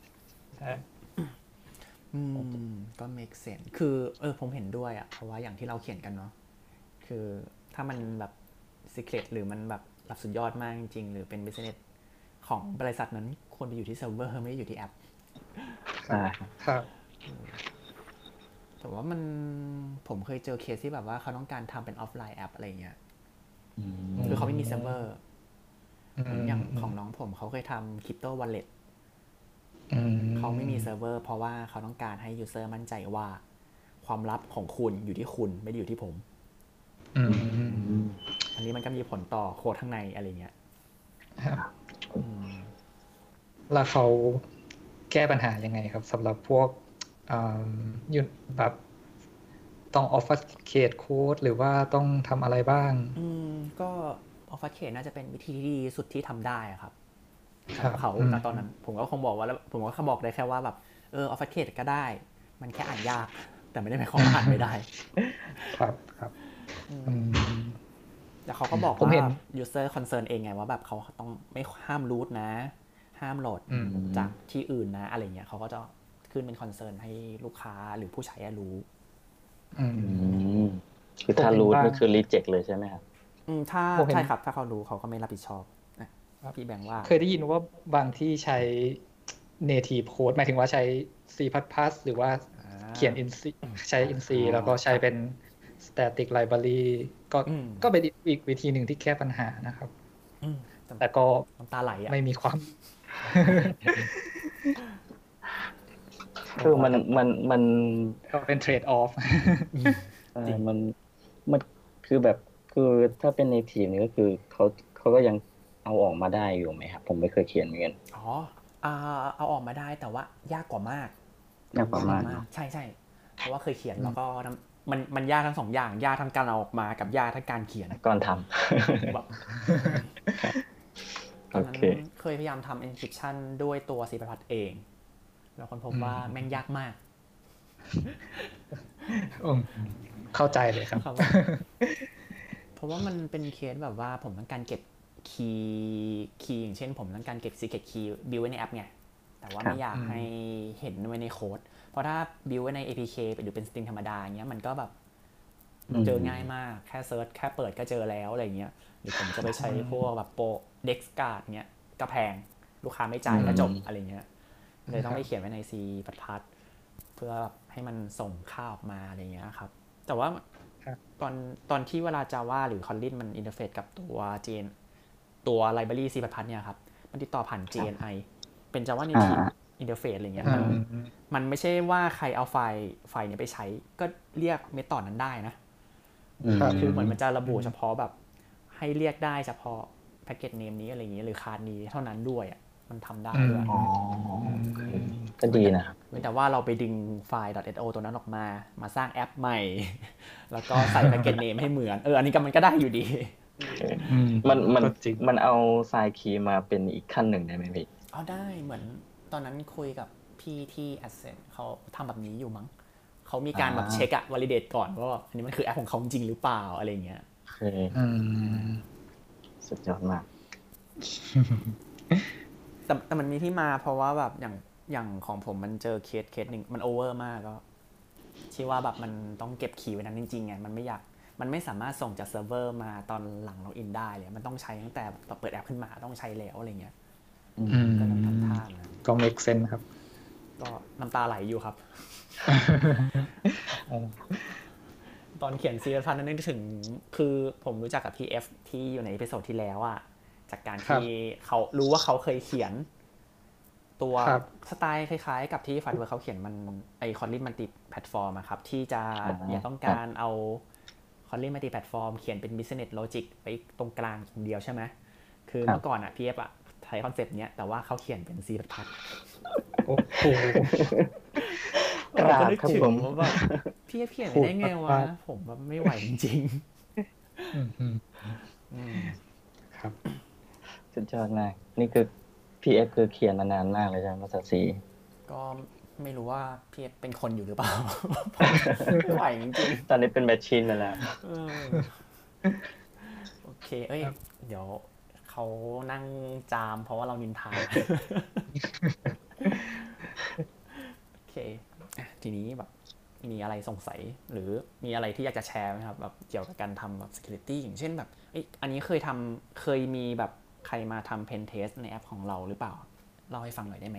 ก็ make sense คือผมเห็นด้วยเพราะว่าอย่างที่เราเขียนกันเนาะคือถ้ามันแบบ secret หรือมันแบบระดับสุดยอดมากจริงๆหรือเป็น business ของบริษัทนั้นควรไปอยู่ที่เซิร์ฟเวอร์ไม่ได้อยู่ที่แอปครับแต่ว่าผมเคยเจอเคสที่แบบว่าเขาต้องการทำเป็นออฟไลน์แอปอะไรเงี้ยคือเขาไม่มีเซิร์ฟเวอร์อย่างของน้องผมเขาเคยทำคริปโตวอลเล็ตเขาไม่มีเซิร์ฟเวอร์เพราะว่าเขาต้องการให้ยูเซอร์มั่นใจว่าความลับของคุณอยู่ที่คุณไม่ได้อยู่ที่ผมอันนี้มันก็มีผลต่อโค้ดข้างในอะไรเงี้ยแล้วเขาแก้ปัญหายังไงครับสำหรับพวกแบบต้อง obfuscate code หรือว่าต้องทำอะไรบ้างก็ obfuscate น่าจะเป็นวิธีที่ดีสุดที่ทำได้ครับเขาณตอนนั้นผมก็คงบอกว่าแล้วผมก็บอกได้แค่ว่าแบบobfuscate ก็ได้มันแค่อ่านยากแต่ไม่ได้หมายความว่าอ่านไม่ได้ครับแต่เขาก็บอกว่า user concern เองไงว่าแบบเขาต้องไม่ห้าม root นะห้ามโหลดจากที่อื่นนะอะไรเงี้ยเขาก็จะขึ้นเป็นคอนเซิร์นให้ลูกค้าหรือผู้ใช้รู้คือถ้ารู้นี่คือรีเจ็คเลยใช่ไหมครับใช่ครับถ้าเขารู้เขาก็ไม่รับผิดชอบพี่แบงค์ว่าเคยได้ยินว่าบางที่ใช้ native code หมายถึงว่าใช้ C++ หรือว่าเขียน INC ใช้ INC แล้วก็ใช้เป็น static library ก็อืมก็เป็นอีกวิธีหนึ่งที่แก้ปัญหานะครับอืมแต่ก็น้ำตาไหลอ่ะไม่มีความคือมันก็เป็นเทรดออฟจริงมันคือแบบคือถ้าเป็น native นี่ก็คือเขาก็ยังเอาออกมาได้อยู่ไหมครับผมไม่เคยเขียนเหมือนกันอ๋อเอาออกมาได้แต่ว่ายากกว่ามากยากกว่ามากเนอะใช่ใช่เพราะว่าเคยเขียนแล้วก็มันยากทั้งสองอย่างยากทั้งการเอาออกมากับยากทั้งการเขียนก่อนทแบบำตอโอนนั้นเคเคยพยายามทำ encryption ด้วยตัว C++ เองแล้วคนพบว่าแม่งยากมากเข้าใจเลยครับครับ เพราะว่ามันเป็นเคสแบบว่าผมต้องการเก็บคีย์อย่างเช่นผมต้องการเก็บ secret key build ไว้ในแอปไงแต่ว่าไม่อยากให้เห็นไว้ในโค้ดเพราะถ้า build ไว้ใน APK หรือเป็น string ธรรมดาอย่างเงี้ยมันก็แบบเจอง่ายมากแค่เซิร์ชแค่เปิดก็เจอแล้วอะไรเงี้ยหรือผมจะไปใช้พวกแบบโปร Dexcard เงี้ยก็แพงลูกค้าไม่จ่ายก็จบอะไรเงี้ยเลยต้องไปเขียนไว้ใน C++ เพื่อแบบให้มันส่งค่าออกมาอะไรเงี้ยครับแต่ว่าครับตอนที่เวลา Java หรือ Kotlin มันอินเทอร์เฟซกับตัว library C++ เนี่ยครับมันติดต่อผ่าน JNI เป็น Java Native Interface อะไรเงี้ยมันไม่ใช่ว่าใครเอาไฟล์นี้ไปใช้ก็เรียกเมธอดนั้นได้นะคือเหมือนมันจะระบุเฉพาะแบบให้เรียกได้เฉพาะ package name นี้อะไรเงี้ยหรือคลาสนี้เท่านั้นด้วยอ่ะมันทำได้ด้วยก็ดีนะครับแต่ว่าเราไปดึงไฟล์ .so ตัวนั้นออกมาสร้างแอปใหม่ แล้วก็ใส่ package name ให้เหมือนอันนี้ก็มันก็ได้อยู่ดีมันเอาไซล์คีย์มาเป็นอีกขั้นหนึ่งได้ไหมพี่ได้เหมือนตอนนั้นคุยกับพี่ที่ Ascent เขาทำแบบนี้อยู่มั้งเขามีการแบบเช็คอะvalidate ก่อนว่าอันนี้มันคือแอปของเขาจริงหรือเปล่าอะไรเงี้ยโอเคสุดยอดมากแต่มันมีที่มาเพราะว่าแบบอย่างของผมมันเจอเคสหนึ่งมันโอเวอร์มากก็ที่ว่าแบบมันต้องเก็บคีย์ไว้นั้นจริงๆไงมันไม่สามารถส่งจากเซิร์ฟเวอร์มาตอนหลังล็อกอินได้เลยมันต้องใช้ตั้งแต่เปิดแอปขึ้นมาต้องใช้แล้วอะไรเงี้ยก็ต้องทำท่านะก็ make sense ครับก็น้ำตาไหลอยู่ครับ ตอนเขียนซีรีส์นั้นนึกถึงคือผมรู้จักกับพี่ F ที่อยู่ในเอพิโซดที่แล้วอ่ะจากการที่เขารู้ว่าเขาเคยเขียนตัวสไตล์คล้ายๆกับที่ฟันเวิร์เขาเขียนมันไอคอนลินมัลติแพลตฟอร์มอะครับที่จะอยากต้องการเอาคอนลินมัลติแพลตฟอร์มเขียนเป็น business logic ไปตรงกลางอย่างเดียวใช่ไหมคือเมื่อก่อนอ่ะพี่ F อ่ะใช้คอนเซปต์เนี้ยแต่ว่าเขาเขียนเป็น C++ โอ้โหกราบนึกครับถึงผมว่าแบบพี่เขียนไปได้ไงวะผมแบบไม่ไหวจริงครับสุดยอดมากนี่คือพี่เอฟคือเขียนมานานมากเลยใช่ไหมภาษา C ก็ไม่รู้ว่าพี่เป็นคนอยู่หรือเปล่า ไม่ไหวจริงตอนนี้เป็นแมชชีนไปแล้วโอเคเดี๋ยวเขานั่งจามเพราะว่าเรานินทา โอเคทีนี้แบบมีอะไรสงสัยหรือมีอะไรที่อยากจะแชร์ไหมครับแบบเกี่ยวกับการทำแบบ security อย่างเช่นแบบอันนี้เคยมีแบบใครมาทำ pen test ในแอปของเราหรือเปล่าเล่าให้ฟังหน่อยได้ไหม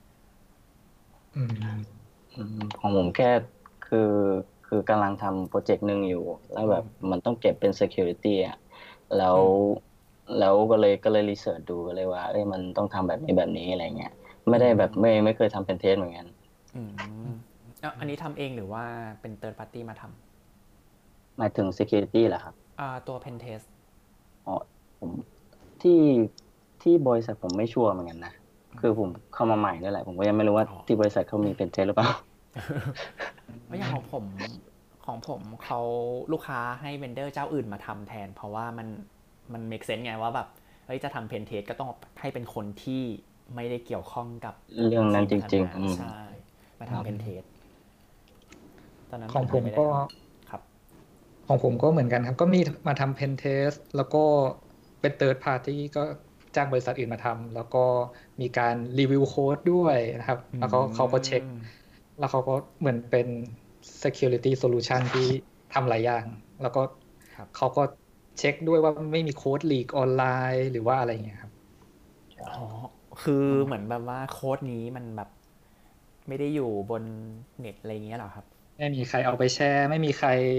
ของผมแค่คือกำลังทำโปรเจกต์หนึ่งอยู่แล้วแบบมันต้องเก็บเป็น security อ่ะแล้วก็เลยรีเสิร์ชดูก็เลยว่ามันต้องทำแบบนี้อะไรเงี้ยไม่ได้แบบไม่เคยทำเป็นเทสเหมือนกันอันนี้ทำเองหรือว่าเป็น third party มาทหมายถึง security เหรอครับตัว pen test ผมที่บริษัทผมไม่ชัวร์เหมือนกันนะคือผมเข้ามาใหม่นี่แหละผมก็ยังไม่รู้ว่าที่บริษัทเขามีเป็นเทสหรือเปล่าเพราะอย่างของผมเขาลูกค้าให้เวนเดอร์เจ้าอื่นมาทำแทนเพราะว่ามัน make sense ไงว่าแบบจะทำเพนเทสก็ต้องให้เป็นคนที่ไม่ได้เกี่ยวข้องกับเรื่องนั้นจริงๆใช่มาทำเพนเทสตอนนั้นของผมก็ครับของผมก็เหมือนกันครับก็มีมาทำเพนเทสแล้วก็เป็น third party ก็จ้างบริษัทอื่นมาทำแล้วก็มีการรีวิวโค้ดด้วยนะครับแล้วเขาก็เช็คแล้วเขาก็เหมือนเป็น security solution ที่ทำหลายอย่างแล้วก็เขาก็เช็คด้วยว่าไม่มีโค้ดลีกออนไลน์หรือว่าอะไรอย่างเงี้ยครับคือเหมือนแบบว่าโค้ดนี้มันแบบไม่ได้อยู่บนเน็ตอะไรเงี้ยหรอครับไม่มีใครเอาไปแชร์ไม่มีใคร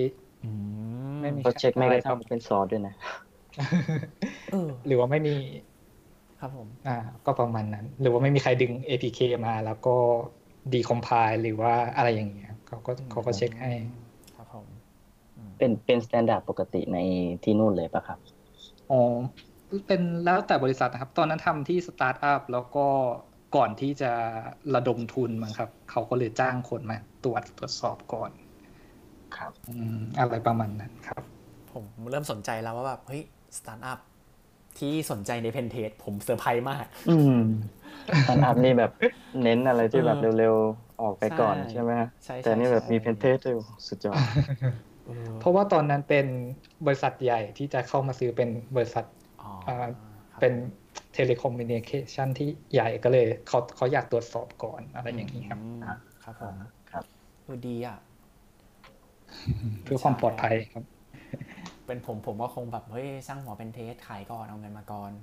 อืมไม่มีเขาเช็คไม่อะไรกระทั่ง open source ด้วยนะเออหรือว่าไม่มีครับผมก็ประมาณนั้น หรือว่าไม่มีใครดึง APK มาแล้วก็ decompile หรือว่าอะไรอย่างเงี้ยเขาก็เช็คให้ครับผมเป็น standard ปกติในที่นู่นเลยปะครับอ๋อเป็นแล้วแต่บริษัทนะครับ ตอนนั้นทำที่สตาร์ทอัพแล้วก็ก่อนที่จะระดมทุนมั้งครับ เขาก็เลยจ้างคนมาตรวจสอบก่อนครับอะไรประมาณนั้นครับผมเริ่มสนใจแล้วว่าแบบเฮ้ยสตาร์ทอัพที่สนใจในเพนเทสผมเซอร์ไพรส์มากสตาร์ทอัพนี่แบบเน้นอะไรที่แบบเร็วๆออกไปก่อนใช่ใช่ไหมใช่แต่นี่แบบใช่มีเพนเทสด้วยสุดยอดเพราะว่าตอนนั้นเป็นบริษัทใหญ่ที่จะเข้ามาซื้อเป็นบริษัทอ๋อเป็นเทเลคอมมิวนิเคชันที่ใหญ่ก็เลยเขาอยากตรวจสอบก่อนอะไรอย่างนี้ครับครับผมครับดีอ่ะเพื่อความปลอดภัยครับเป็นผมก็คงแบบเฮ้ยสร้างหัวเป็นเทสขายก่อนเอาเงินมาก่อน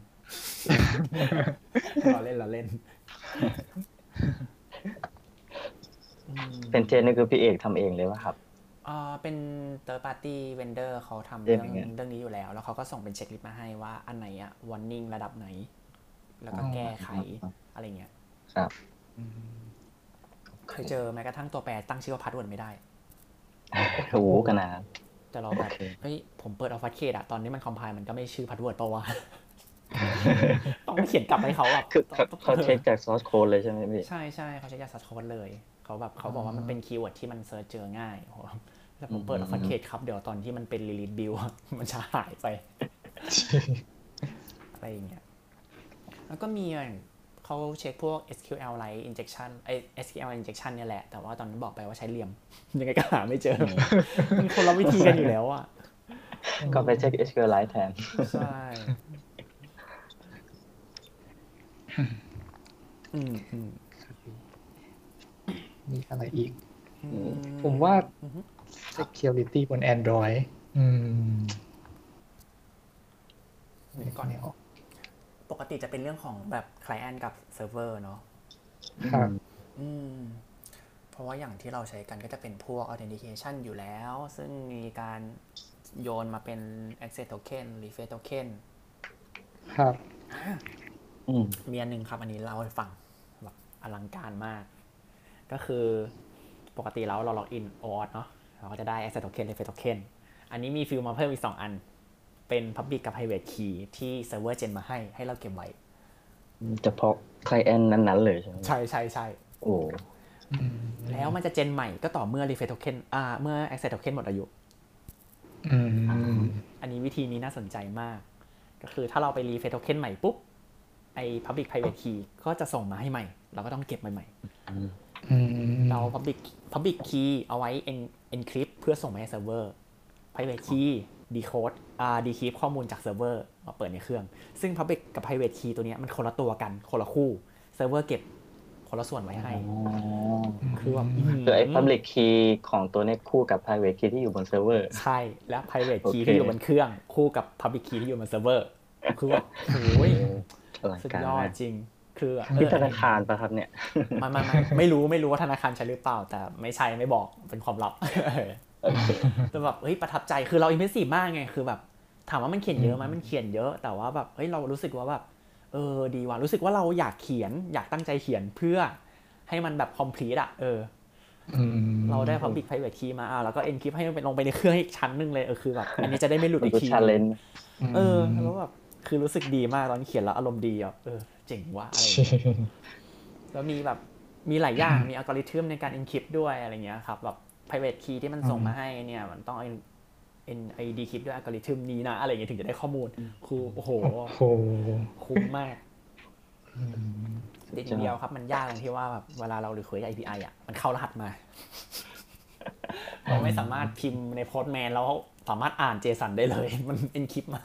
เราเล่นเป็นเทสนี่คือพี่เอกทำเองเลยวะครับเป็น third party vendor เขาทำเรื่เรื่ออง งนี้เรื่องนี้อยู่แล้วแล้วเขาก็ส่งเป็นเช็คลิสต์มาให้ว่าอันไหนอะ warning ระดับไหน แล้วก็แก้ไขอะไรเงี้ยครับเคยเจอแม้กระทั่งตัวแปรตั้งชื่อว่า password ไม่ได้โอ้โหขนาดแต่เราแบบเฮ้ยผมเปิด Alpha Case อะตอนนี้มัน compile มันก็ไม่ชื่อ password เปล่าวะ ต้องเขียนกลับให้เขาอะคือเขาเช็คจาก source code เลยใช่ไหมพี่ใช่เขาใช้จาก source code เลยเขาบอกว่ามันเป็นคีย์เวิร์ดที่มันเซิร์ชเจอง่ายโหแล้วผมเปิด Alpha Case ครับเดี๋ยวตอนที่มันเป็น release build มันจะหายไป อะไรอย่างเงี้ยแล้วก็มีเขาเช็คพวก SQLite injection SQL injection เนี่ยแหละแต่ว่าตอนนั้นบอกไปว่าใช้เหลี่ยม ยังไงก็หาไม่เจอ มันคนละวิธีกันอยู่แล้วอ่ะก็ไปเช็ค SQLite แทนใช่มีอะไรอีก ผมว่า security บน Android ก่อนเนี่ยปกติจะเป็นเรื่องของแบบ client กับ server เนาะครับเพราะว่าอย่างที่เราใช้กันก็จะเป็นพวก authentication อยู่แล้ว ซึ่งมีการโยนมาเป็น access token refresh token ครับมีอันนึงครับอันนี้เล่าให้ฟังแบบอลังการมาก ก็คือปกติแล้วเราล็อกอิน OAuth เนาะเราก็จะได้ access token refresh token อันนี้มีฟิลมาเพิ่มอีก2อันเป็น public กับ private key ที่ server gen มาให้เราเก็บไว้เฉพาะ client นั้นๆเลยใช่ไหมใช่โอ้แล้วมันจะ gen ใหม่ก็ต่อเมื่อ refresh token เมื่อ access token หมดอายุ อันนี้วิธีนี้น่าสนใจมากก็คือถ้าเราไป refresh token ใหม่ปุ๊บไอ้ public private key ก็จะส่งมาให้ใหม่เราก็ต้องเก็บใหม่เรา public key เอาไว้ encrypt เพื่อส่งไปให้ server private key decode decrypt ข้อมูลจากเซิร์ฟเวอร์มาเปิดในเครื่องซึ่ง public กับ private key ตัวนี้มันคนละตัวกันคนละคู่เซิร์ฟเวอร์เก็บคนละส่วนไว้ให้คือว่าคือไอ้ public key ของตัวนี้คู่กับ private key ที่อยู่บนเซิร์ฟเวอร์ใช่และ private key ที่อยู่บนเครื่องคู่กับ public key ที่อยู่บนเซิร์ฟเวอร์คือว่าโอ้ยสุดยอดจริงคือที่ธนาคารป่ะครับเนี่ยไม่รู้ว่าธนาคารใช้หรือเปล่าแต่ไม่ใช่ไม่บอกเป็นความลับแต่แบบเฮ้ยประทับใจคือเราอิมเพรสซีฟมากไงคือแบบถามว่ามันเขียนเยอะไหมมันเขียนเยอะแต่ว่าแบบเฮ้ยเรารู้สึกว่าแบบดีว่ะรู้สึกว่าเราอยากเขียนอยากตั้งใจเขียนเพื่อให้มันแบบ complete อ่ะเราได้ public private key มาแล้วก็ encrypt ให้มันเป็นลงไปในเครื่องอีกชั้นนึงเลยคือแบบอันนี้จะได้ไม่หลุดอีกทีแล้วแบบคือรู้สึกดีมากตอนเขียนแล้วอารมณ์ดีอ่ะเจ๋งว่ะอะไรแล้วมีแบบมีหลายอย่างมีอัลกอริทึมในการ encrypt ด้วยอะไรเงี้ยครับแบบprivate key ที่มันส่งมาให้เนี่ยมันต้องdecrypt ด้วยอัลกอริทึมนี้นะอะไรเงี้ยถึงจะได้ข้อมูลคือโอ้โหคุ้มมากติดเดียวครับมันยากตรงที่ว่าแบบเวลาเรา request API อ่ะมันเข้ารหัสมาเราไม่สามารถพิมพ์ใน Postman แล้วสามารถอ่าน JSON ได้เลยมัน encrypt มา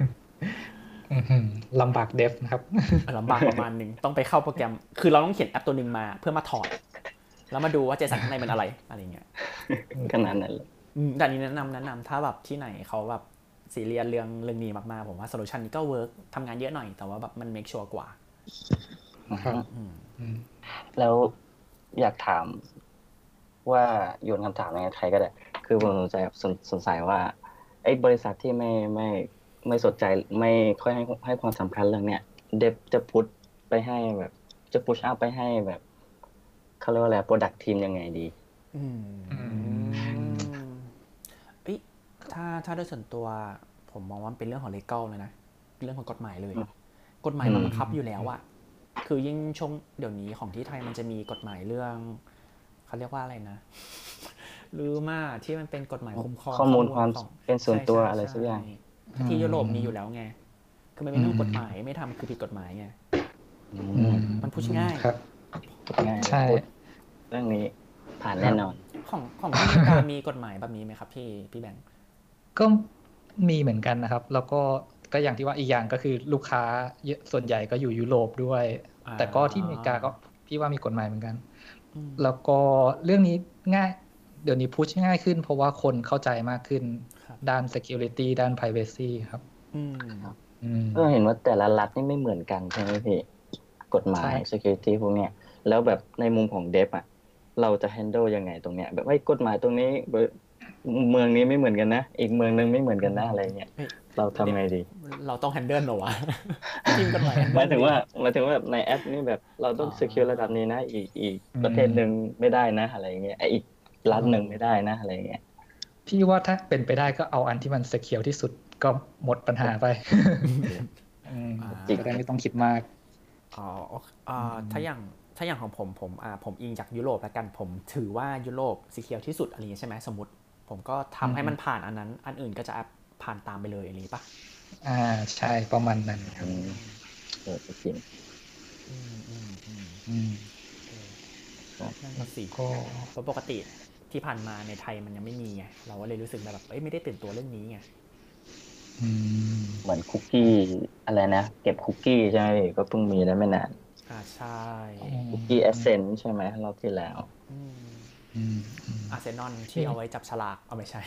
ลำบากเดฟนะครับลำบากประมาณนึงต้องไปเข้าโปรแกรมคือเราต้องเขียนแอปตัวนึงมาเพื่อมาถอดแล้วมาดูว่า JSON ข้างในมันอะไรเงี้ยขนาดนั้นเลยแต่นี้แนะนำถ้าแบบที่ไหนเขาแบบซีเรียสเรื่องนี้มากๆผมว่าโซลูชันนี้ก็เวิร์กทำงานเยอะหน่อยแต่ว่าแบบมันเมคชัวร์กว่าแล้วอยากถามว่าโยนคำถามยังไงใครก็ได้คือผมสงสัยว่าไอ้บริษัทที่ไม่สนใจไม่ค่อยให้ความสำคัญเรื่องเนี้ยเดฟจะพุชไปให้แบบจะพุชอัพไปให้แบบเขาเรียกว่าอะไรโปรดักทีมยังไงดีอืมมเอ้ยถ้าโดยส่วนตัวผมมองว่ามันเป็นเรื่องของ legal เลยนะเรื่องของกฎหมายเลยกฎหมายมันบังคับอยู่แล้วอะคือยิ่งช่วงเดี๋ยวนี้ของที่ไทยมันจะมีกฎหมายเรื่องเขาเรียกว่าอะไรนะลืมมากที่มันเป็นกฎหมายคุ้มครองข้อมูลความของเป็นส่วนตัวใช่อะไรสักอย่างที่ยุโรปมีอยู่แล้วไงคือมันเป็นเรื่องกฎหมายไม่ทำคือผิดกฎหมายไงมันพูดง่ายครับง่ายใช่พูดเรื่องนี้ผ่านแน่นอนของที่อเมริกามีกฎหมายแบบนี้ไหมครับพี่แบงค์ก็มีเหมือนกันนะครับแล้วก็อย่างที่ว่าอีกอย่างก็คือลูกค้าเยอะส่วนใหญ่ก็อยู่ยุโรปด้วยแต่ก็ที่อเมริกาก็พี่ว่ามีกฎหมายเหมือนกันแล้วก็เรื่องนี้ง่ายเดี๋ยวนี้พุชง่ายขึ้นเพราะว่าคนเข้าใจมากขึ้นด้าน security ด้าน privacy ครับก็เห็นว่าแต่ละรัฐนี่ไม่เหมือนกันใช่ไหมพี่กฎหมายใช่ security พวกเนี้ยแล้วแบบในมุมของเดฟอ่ะเราจะ handle ยังไงตรงเนี้ยแบบว่ากฎหมายตรงนี้เมืองนี้ไม่เหมือนกันนะอีกเมืองนึงไม่เหมือนกันนะอะไรเงี้ยเราทำไงดีเราต้องแฮนเดิลเหรอวะทีมกฎหมายหมายถึงว่าแบบในแอปนี่แบบเราต้อง secure ระดับนี้นะอีกประเทศหนึ่งไม่ได้นะอะไรเงี้ยอีกรัฐหนึ่งไม่ได้นะอะไรเงี้ยพี่ว่าถ้าเป็นไปได้ก็เอาอันที่มัน secure ที่สุดก็หมดปัญหาไปจะได้ไม่ต้องคิดมากถ้าอย่างของผมอิงจากยุโรปแล้วกันผมถือว่ายุโรปสีเขียวที่สุดอะไรใช่ไหมสมมติผมก็ทำให้มันผ่านอันนั้นอันอื่นก็จะผ่านตามไปเลยอะไรป่ะใช่ประมาณนั้นครับจริงนั่นสิเพราะปกติที่ผ่านมาในไทยมันยังไม่มีไงเราก็เลยรู้สึกแบบไม่ได้ตื่นตัวเรื่องนี้ไงเหมือนคุกกี้อะไรนะเก็บคุกกี้ใช่ไหมก็เพิ่งมีได้ไม่นานใช่คุกกี้เอเซนใช่ไหมรอบที่แล้วอาร์เซนอลที่เอาไว้จับฉลากเอาไม่ใช่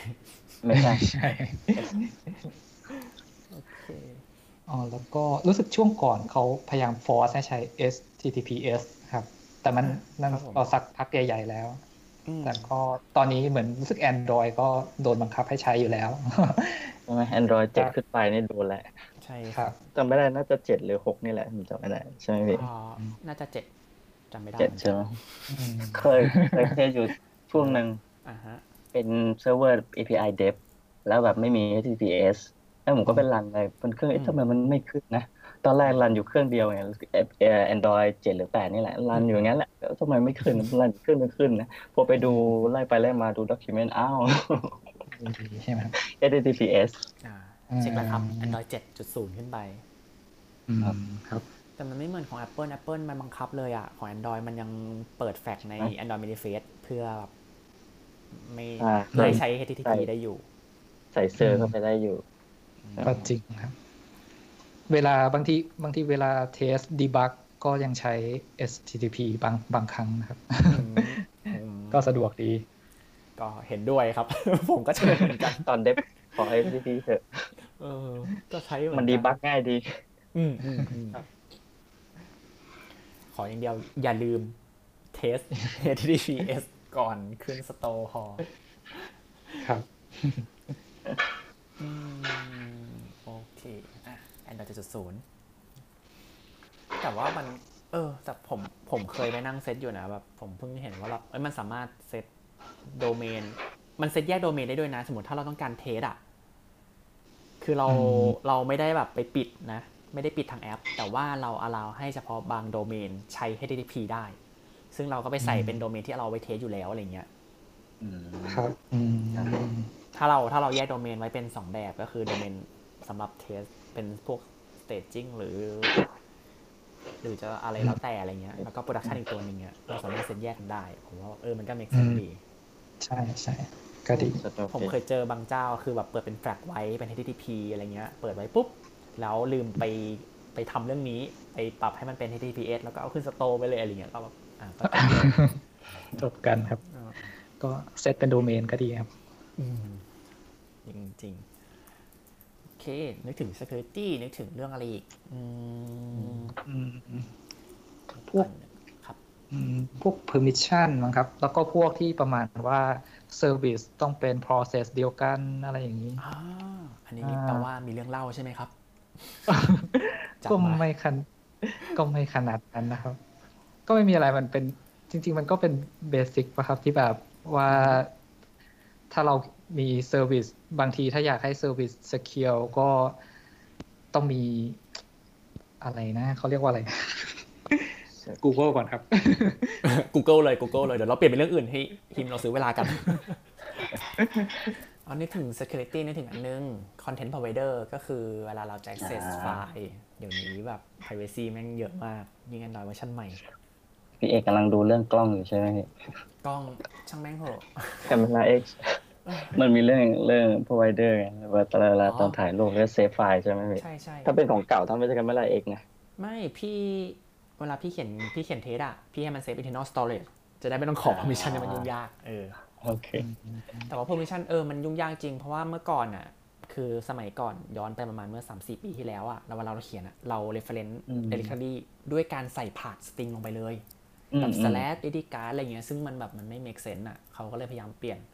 โอเคแล้วก็รู้สึกช่วงก่อนเขาพยายามฟอร์สให้ใช้ HTTPS ครับแต่มันนั่นเราสักพักใหญ่ๆแล้วแต่ก็ตอนนี้เหมือนรู้สึก Android ก็โดนบังคับให้ใช้อยู่แล้วใช่ไหม Android 7 ขึ้นไปนี่โดนแหละใช่ครับจำไม่ได้น่าจะ7 หรือ 6นี่แหละผมจำไม่ได้ใช่ไหมพี่น่าจะ7จำไม่ได้ 7ใช่ไหมเคยเทสอยู่ช่วงหนึ่งเป็นเซิร์ฟเวอร์ API Dev แล้วแบบไม่มี HTTPS แล้วผมก็ไปรันไปบนเครื่องทำไมมันไม่ขึ้นนะตอนแรกรันอยู่เครื่องเดียวไงAndroid 7 หรือ 8นี่แหละรันอยู่อย่างนั้นแหละทำไมไม่ขึ้นรันขึ้นนะพอไปดูไล่ไปไล่มาดูด็อกิเมนต์อ้าวใช่ไหม HTTPS เช็คแล้วครับ Android 7.0 ขึ้นไปครับแต่มันไม่เหมือนของ Apple มันบังคับเลยอ่ะของ Android มันยังเปิดแฟลชใน Android Manifest เพื่อแบบไม่ใช้ HTTP ได้อยู่ใส่เซอร์เข้าไปได้อยู่ก็จริงครับเวลาบางทีเวลาเทสดีบักก็ยังใช้ HTTP บางครั้งนะครับก็สะดวกดีก็เห็นด้วยครับผมก็ใช้เหมือนกันตอนเดฟขอ HTTP เถอะก็ใช้เหมือนกันมันดีบักง่ายดีขออย่างเดียวอย่าลืมเทส HTTPS ก่อนขึ้นสโตร์พอครับโอเคAndroid 7.0 แต่ว่ามันแต่ผมเคยไปนั่งเซตอยู่นะแบบผมเพิ่งเห็นว่ามันสามารถเซตโดเมนมันเซตแยกโดเมนได้ด้วยนะสมมติถ้าเราต้องการเทสคือเราไม่ได้แบบไปปิดนะไม่ได้ปิดทางแอปแต่ว่าเราallowให้เฉพาะบางโดเมนใช้ HTTP ได้ซึ่งเราก็ไปใส่เป็นโดเมนที่เราไว้เทสอยู่แล้วอะไรเงี้ยครับถ้าเราแยกโดเมนไว้เป็น2แบบก็คือโดเมนสำหรับเทสเป็นพวก staging หรือจะอะไรแล้วแต่อะไรเงี้ยแล้วก็ production อีกตัวนึงเนี่ยเราสามารถเซตแยกกันได้ผมว่ามันก็ make sense ดีใช่ก็ดีผมเคยเจอบางเจ้าคือแบบเปิดเป็นแฟลกไว้เป็น HTTP อะไรเงี้ยเปิดไว้ปุ๊บแล้วลืมไปทำเรื่องนี้ไปปรับให้มันเป็น HTTPS แล้วก็เอาขึ้นสโตร์ไปเลยอะไรเงี้ยก็แบบจบกันครับก็เซตเป็นโดเมนก็ดีครับจริงโอเคนึกถึง security นึกถึงเรื่องอะไรอีกพวกพวก permission มั้งครับแล้วก็พวกที่ประมาณว่า service ต้องเป็น process เดียวกันอะไรอย่างนี้อ่าอันนี้อ่แปลว่าามีเรื่องเล่าใช่ไหมครับ จัก็ดมาไม่ขนาดนั้นนะครับก็ไม่มีอะไรมันเป็นจริงๆมันก็เป็นเบสิกป่ะครับที่แบบว่าถ้าเรามีเซอร์วิสบางทีถ้าอยากให้เซอร์วิส secure ก็ต้องมีอะไรนะเขาเรียกว่าอะไร Google ก่อนครับ Google เลย Google เลยเดี๋ยวเราเปลี่ยนเป็นเรื่องอื่นให้ทีมเราซื้อเวลากัน อ๋อนึกถึง security นึกถึงอันนึง content provider ก็คือเวลาเราจะ access ไฟล์เดี๋ยวนี้แบบ privacy แม่งเยอะมากยิ่ง Android เวอร์ชันใหม่พี่เอกกำลังดูเรื่องกล้องอยู่ใช่ไหมพี่กล้องช่างแม่งเหอะ Camera X มันมีเรื่อง provider ไงว่าตอนถ่ายรูปแล้วเซฟไฟล์ใช่ไหมพี่ใช่ใช่ถ้าเป็นของเก่าถ้าไม่ใช่ Camera X นะไม่พี่เวลาพี่เขียนเทสอะพี่ให้มันเซฟ internal storage จะได้ไม่ต้องขอ permission ให้มันยุ่งยากโอเคแต่ว่า permission มันยุ่งยากจริงเพราะว่าเมื่อก่อนอะคือสมัยก่อนย้อนไปประมาณเมื่อ 3-4 ปีที่แล้วอะเวลาเราเขียนอะเรา reference directory ด้วยการใส่ path string ลงไปเลยแบบ slash dedicate อะไรเงี้ยซึ่งมันแบบมันไม่ make sense อะเขาก็เลยพยายามเปลี่ยน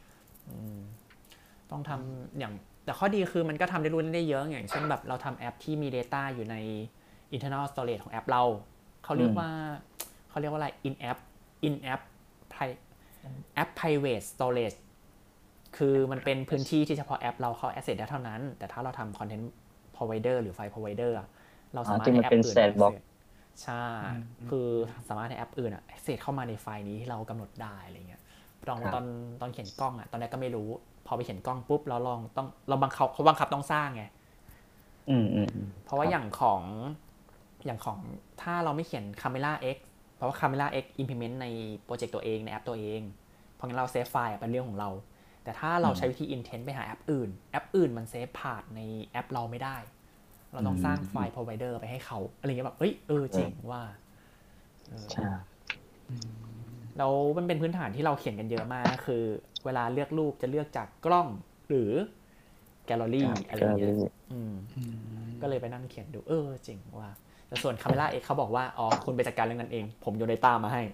ต้องทำอย่างแต่ข้อดีคือมันก็ทำได้รุ่นได้เยอะอย่างเช่นแบบเราทำแอปที่มี data อยู่ใน internal storage ของแอปเราเขาเรียกว่าอะไร in app app private storage คือมันเป็นพื้นที่ที่เฉพาะแอปเราเข้า access ได้เท่านั้นแต่ถ้าเราทำ content provider หรือ file provider เราสามารถให้แอปอื่น access ใช่คือสามารถให้แอปอื่นaccess เข้ามาในไฟล์นี้ที่เรากำหนดได้อะไรเงี้ยตอนเขียนกล้องตอนแรกก็ไม่รู้พอไปเขียนกล้องปุ๊บเราลองต้องเราบังคับต้องสร้างไงเพราะว่าอย่างของถ้าเราไม่เขียน Camera X เพราะว่า Camera X implement ในโปรเจกต์ตัวเองในแอปตัวเองเพราะงั้นเราเซฟไฟล์เป็นเรื่องของเราแต่ถ้าเราใช้วิธี intent ไปหาแอปอื่นมันเซฟพาร์ทในแอปเราไม่ได้เราต้องสร้างไฟล์ provider ไปให้เขาอะไรเงี้ยแบบเจ๋งว่าใช่แล้วมันเป็นพื้นฐานที่เราเขียนกันเยอะมากคือเวลาเลือกรูปจะเลือกจากกล้องหรือแกลเลอรี่อะไรเงี้ยก็เลยไปนั่งเขียนดูจริงว่าแต่ส่วน Camera X เขาบอกว่าอ๋อคุณไปจัดการเรื่องนั้นเองผมโยน data มาให้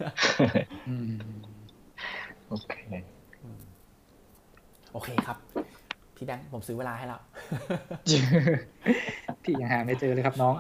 โอเคครับพี่แบงค์ผมซื้อเวลาให้แล้วพี่ยังหาไม่เจอเลยครับน้อง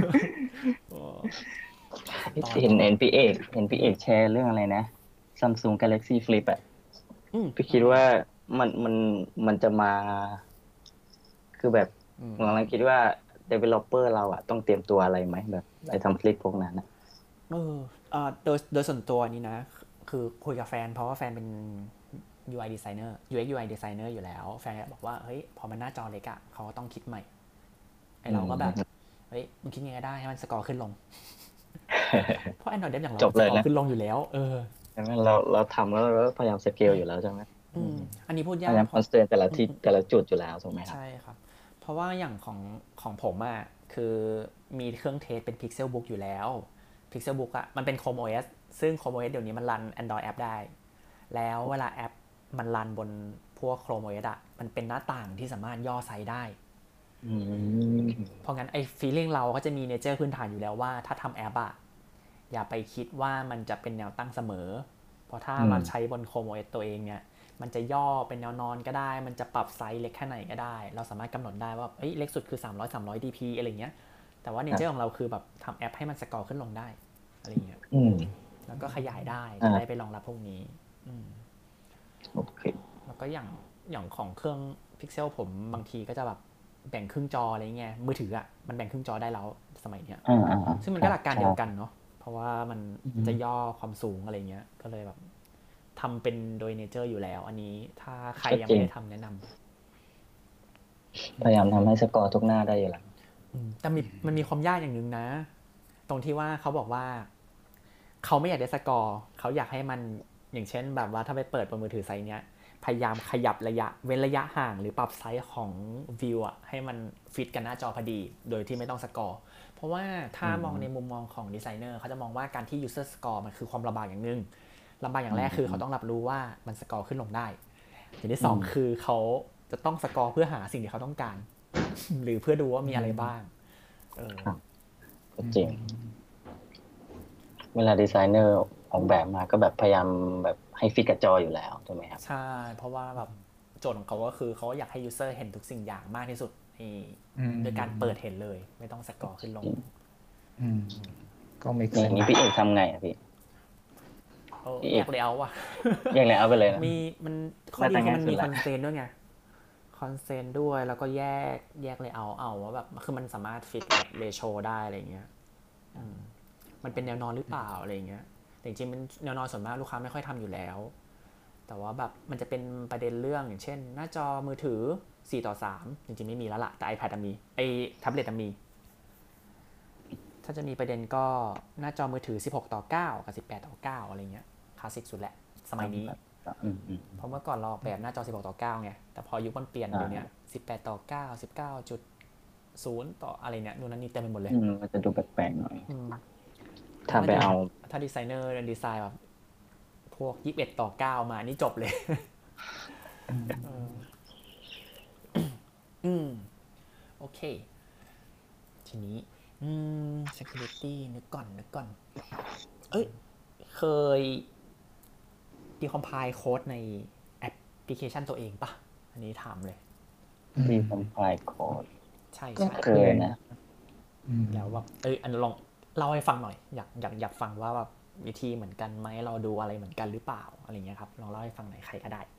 เห็นพี่เอกแชร์เรื่องอะไรนะ Samsung Galaxy Flip พี่คิดว่ามันจะมาคือแบบผมกำลังคิดว่า developer เราต้องเตรียมตัวอะไรไหมแบบไปทำ Flip พวกนั้นโดยส่วนตัวนี้นะคือคุยกับแฟนเพราะว่าแฟนเป็น UI designer UX UI designer อยู่แล้วแฟนบอกว่าเฮ้ยพอมันหน้าจอเล็กเขาต้องคิดใหม่ไอเราก็แบบเฮ้ยมึงคิดไงก็ได้ให้มันสกอร์ขึ้นลงเพราะ Android Dev อย่างเราสกอร์ขึ้นลงอยู่แล้วใช่ไหมเราทำแล้วเราพยายามสเกลอยู่แล้วใช่ไหมอันนี้พูดยากพยายามคอนสเตนแต่ละจุดอยู่แล้วถูกไหมครับใช่ครับเพราะว่าอย่างของผมคือมีเครื่องเทสเป็น Pixelbook อยู่แล้ว Pixelbook มันเป็น Chrome OS ซึ่ง Chrome OS เดี๋ยวนี้มันรัน Android App ได้แล้วเวลาแอปมันรันบนพวก Chrome OS มันเป็นหน้าต่างที่สามารถย่อไซส์ได้เพราะงั้นไอ้ feeling เราก็จะมี nature พื้นฐานอยู่แล้วว่าถ้าทำแอปอย่าไปคิดว่ามันจะเป็นแนวตั้งเสมอเพราะถ้ามันใช้บน Chrome OS ตัวเองเนี่ยมันจะย่อเป็นแนวนอนก็ได้มันจะปรับไซส์เล็กแค่ไหนก็ได้เราสามารถกำหนดได้ว่าเล็กสุดคือ300 dp อะไรเงี้ยแต่ว่า nature ของเราคือแบบทำแอปให้มันสกอร์ขึ้นลงได้อะไรเงี้ยแล้วก็ขยายได้จะได้ไปรองรับพวกนี้แล้วก็อย่างของเครื่อง Pixel ผมบางทีก็จะแบบแบ่งครึ่งจออะไรเงี้ยมือถือมันแบ่งครึ่งจอได้แล้วสมัยเนี้ยซึ่งมันก็หลักการเดียวกันเนาะเพราะว่ามันจะย่อความสูงอะไรเงี้ยก็เลยแบบทำเป็นโดยเนเจอร์อยู่แล้วอันนี้ถ้าใครยังไม่ได้ทำแนะนำพยายามทำให้สกอร์ทุกหน้าได้อยู่แล้วแต่มันมีความยากอย่างนึงนะตรงที่ว่าเขาบอกว่าเขาไม่อยากได้สกอร์เขาอยากให้มันอย่างเช่นแบบว่าถ้าไปเปิดบนมือถือไซส์เนี้ยพยายามขยับเว้นระยะห่างหรือปรับไซส์ของวิวให้มันฟิตกันหน้าจอพอดีโดยที่ไม่ต้องสกอร์เพราะว่าถ้ามองในมุมมองของดีไซเนอร์เขาจะมองว่าการที่ user score มันคือความลำบากอย่างนึงลำบากอย่างแรกคือเขาต้องรับรู้ว่ามันสกอร์ขึ้นลงได้อย่างที่สองคือเขาจะต้องสกอร์เพื่อหาสิ่งที่เขาต้องการหรือเพื่อดูว่ามีอะไรบ้างจริงเวลาดีไซเนอร์ออกแบบมาก็แบบพยายามแบบให้ฟิตกับจออยู่แล้วถูกไหมครับใช่เพราะว่าแบบโจทย์ของเขาก็คือเขาอยากให้ยูเซอร์เห็นทุกสิ่งอย่างมากที่สุดโดยการเปิดเห็นเลยไม่ต้องสกรอลขึ้นลงอืมก็ไม่เคนี่ยอย่างนี้พี่เอกทำไงอะพี่พี่เอกแยกเลยเอาว่ะแยกเลยเอาไปเลยนะมันข้อน่าดีคือมันมีจะง่ายสุดละคอนเซนต์ด้วยไงคอนเซนต์ด้วยแล้วก็แยกเลยเอาว่าแบบคือมันสามารถฟิกกับเรโชได้อะไรเงี้ยมันเป็นแนวนอนหรือเปล่าอะไรเงี้ยแต่จริงๆมันแนวนอนส่วนมากลูกค้าไม่ค่อยทำอยู่แล้วแต่ว่าแบบมันจะเป็นประเด็นเรื่องอย่างเช่นหน้าจอมือถือ4:3จริงๆไม่มีแล้วล่ะแต่ iPad มีแท็บเล็ตมีถ้าจะมีประเด็นก็หน้าจอมือถือ16:9กับ18:9อะไรเงี้ยคลาสสิกสุดแหละสมัยนี้เพราะเมื่อก่อนเราแบบหน้าจอ16:9ไงแต่พอยุคมันเปลี่ยนเดี๋ยวนี้18:9 19.0ต่ออะไรเนี่ยนู่นนั่นนี่เต็มไปหมดเลยมันจะดูแปลกๆหน่อยถ้าดีไซเนอร์ดีไซน์แบบพวก21:9มานี่จบเลยโอเคทีนี้security นึกก่อนเคย decompile โค้ดในแอปพลิเคชันตัวเองปะอันนี้ถามเลย decompile code ใช่ก็เคยนะแล้วแบบอันลองเล่าให้ฟังหน่อยอยากฟังว่าแบบวิธีเหมือนกันไหมเราดูอะไรเหมือนกันหรือเปล่าอะไรเงี้ยครับลองเล่าให้ฟังหน่อยใครก็ได้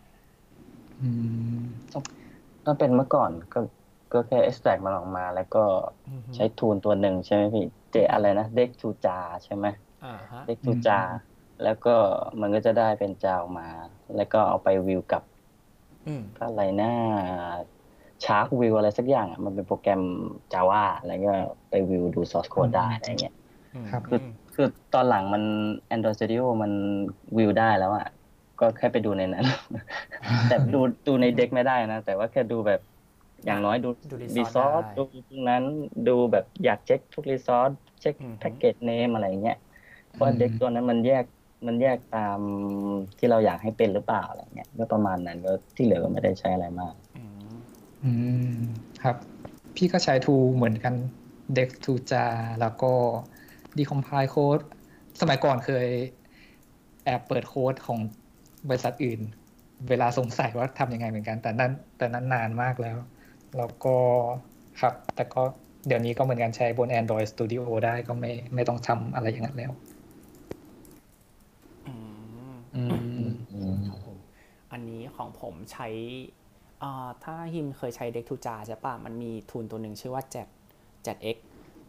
ถ้าเป็นเมื่อก่อนก็แค่ extract มันออกมาแล้วก็ใช้ทูลตัวหนึ่งใช่ไหมพี่อะไรนะ deck to jar ใช่ไหมdeck to jar แล้วก็มันก็จะได้เป็นจาออกมาแล้วก็เอาไปวิวกับก็อะไรนะชาร์กวิวอะไรสักอย่างมันเป็นโปรแกรม Java แล้วก็ไปวิวดู source code ได้อะไรเงี้ยคือตอนหลังมัน Android Studio มันวิวได้แล้วอ่ะก็แค่ไปดูในนั้น แต่ดูในเด็กไม่ได้นะแต่ว่าแค่ดูแบบอย่างน้อยดูรีซอสดูตรงนั้นดูแบบอยากเช็คทุกรีซอสเช็คแพ็กเกจเนมอะไรเงี้ยเพราะเด็กตัวนั้นมันแยกตามที่เราอยากให้เป็นหรือเปล่าอะไรเงี้ยก็ประมาณนั้นก็ที่เหลือก็ไม่ได้ใช้อะไรมากครับพี่ก็ใช้ tool เหมือนกัน dex to jar แล้วก็ decompile code สมัยก่อนเคยแอบเปิดโค้ดของบริษัทอื่นเวลาสงสัยว่าทำยังไงเหมือนกันแต่นั้นนานมากแล้วก็ครับแต่ก็เดี๋ยวนี้ก็เหมือนกันใช้บน Android Studio ได้ก็ไม่ต้องทำอะไรอย่างนั้นแล้วครับผมอันนี้ของผมใช้ถ้าฮิมเคยใช้ Deck to Jar ใช่ป่ะมันมีทูลตัวหนึ่งชื่อว่า JADX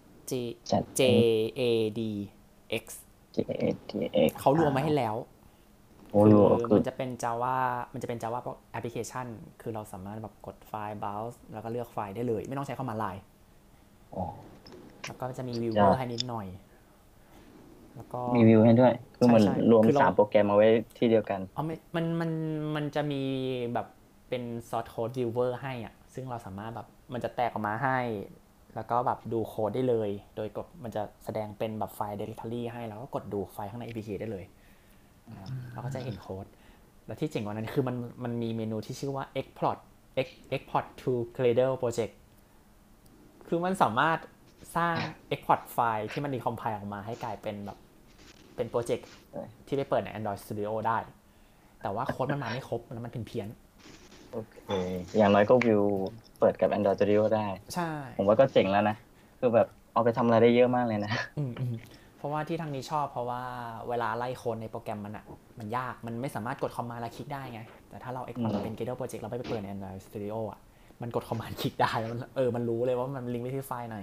JADX เขารวมมาให้แล้วคือมันจะเป็น Java แอปพลิเคชันคือเราสามารถแบบกดไฟล์ browse แล้วก็เลือกไฟล์ได้เลยไม่ต้องใช้command lineแล้วก็จะมี viewer ให้นิดหน่อยแล้วก็มีวิวให้ด้วยคือมันรวม3โปรแกรมเอาไว้ที่เดียวกันมันจะมีแบบเป็น source code viewer ให้อ่ะซึ่งเราสามารถแบบมันจะแตกออกมาให้แล้วก็แบบดูโค้ดได้เลยโดยกดมันจะแสดงเป็นแบบไฟล์ directory ให้แล้วก็กดดูไฟล์ข้างใน APK ได้เลยเราก็จะเห็นโค้ดแล้วที่เจ๋งกว่านั้นคือมันมีเมนูที่ชื่อว่า export to Gradle project คือมันสามารถสร้าง export ไฟล์ที่มัน decompile ออกมาให้กลายเป็นแบบเป็นโปรเจกต์ที่ไปเปิดใน Android Studio ได้แต่ว่าโค้ดมันมาไม่ครบแล้วมันเพี้ยนโอเคอย่างน้อยก็วิวเปิดกับ Android Studio ได้ใช่ผมว่าก็เจ๋งแล้วนะคือแบบเอาไปทำอะไรได้เยอะมากเลยนะเพราะว่าที่ทางนี้ชอบเพราะว่าเวลาไล่โค้ดในโปรแกรมมันยากมันไม่สามารถกดคอมมานด์แล้วคลิกได้ไงแต่ถ้าเรา export เป็น Gradle project เราไปเปิดใน Android Studio อ่ะมันกดคอมมานด์คลิกได้มันรู้เลยว่ามันลิงก์ไปที่ไฟล์ไหน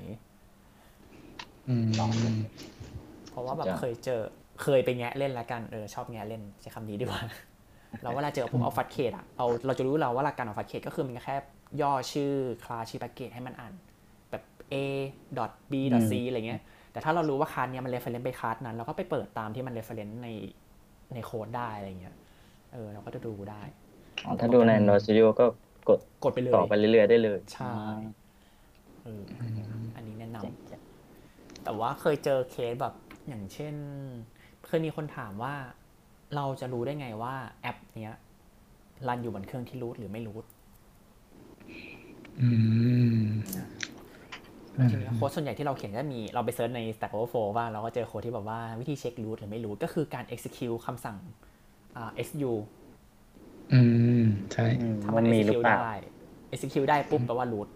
เพราะว่าแบบเคยไปแงะเล่นแล้วกันชอบแงะเล่นใช้คำนี้ดีกว่าเราเวลาเจอพวกเอาฟัดเคดอ่ะเราจะรู้แล้วว่าหลักการของฟัดเคดก็คือมันแค่ย่อชื่อคลาสชื่อแพ็กเกจให้มันอ่านแบบ a.b.c อะไรเงี้ยแต่ถ้าเรารู้ว่าคลาสเนี้ยมัน reference ไปคลาสนั้นเราก็ไปเปิดตามที่มัน reference ในโค้ดได้อะไรเงี้ยเราก็จะดูได้ถ้าดูใน Android Studio ก็กดไปเลยต่อไปเรื่อยๆได้เลยใช่อันนี้แนะนำแต่ว่าเคยเจอเคสแบบอย่างเช่นเคยมีคนถามว่าเราจะรู้ได้ไงว่าแอปเนี้ยรันอยู่บนเครื่องที่รูทหรือไม่รูททีนี้โค้ดส่วนใหญ่ที่เราเขียนก็มีเราไปเซิร์ชใน Stack Overflow ว่าเราก็เจอโค้ดที่แบบว่าวิธีเช็ค root หรือไม่ root ก็คือการ execute คำสั่งsu ใช่ถ้ามัมัน นมีหรือ execute เปล่าได้ execute ได้ปุ๊บแปลว่า root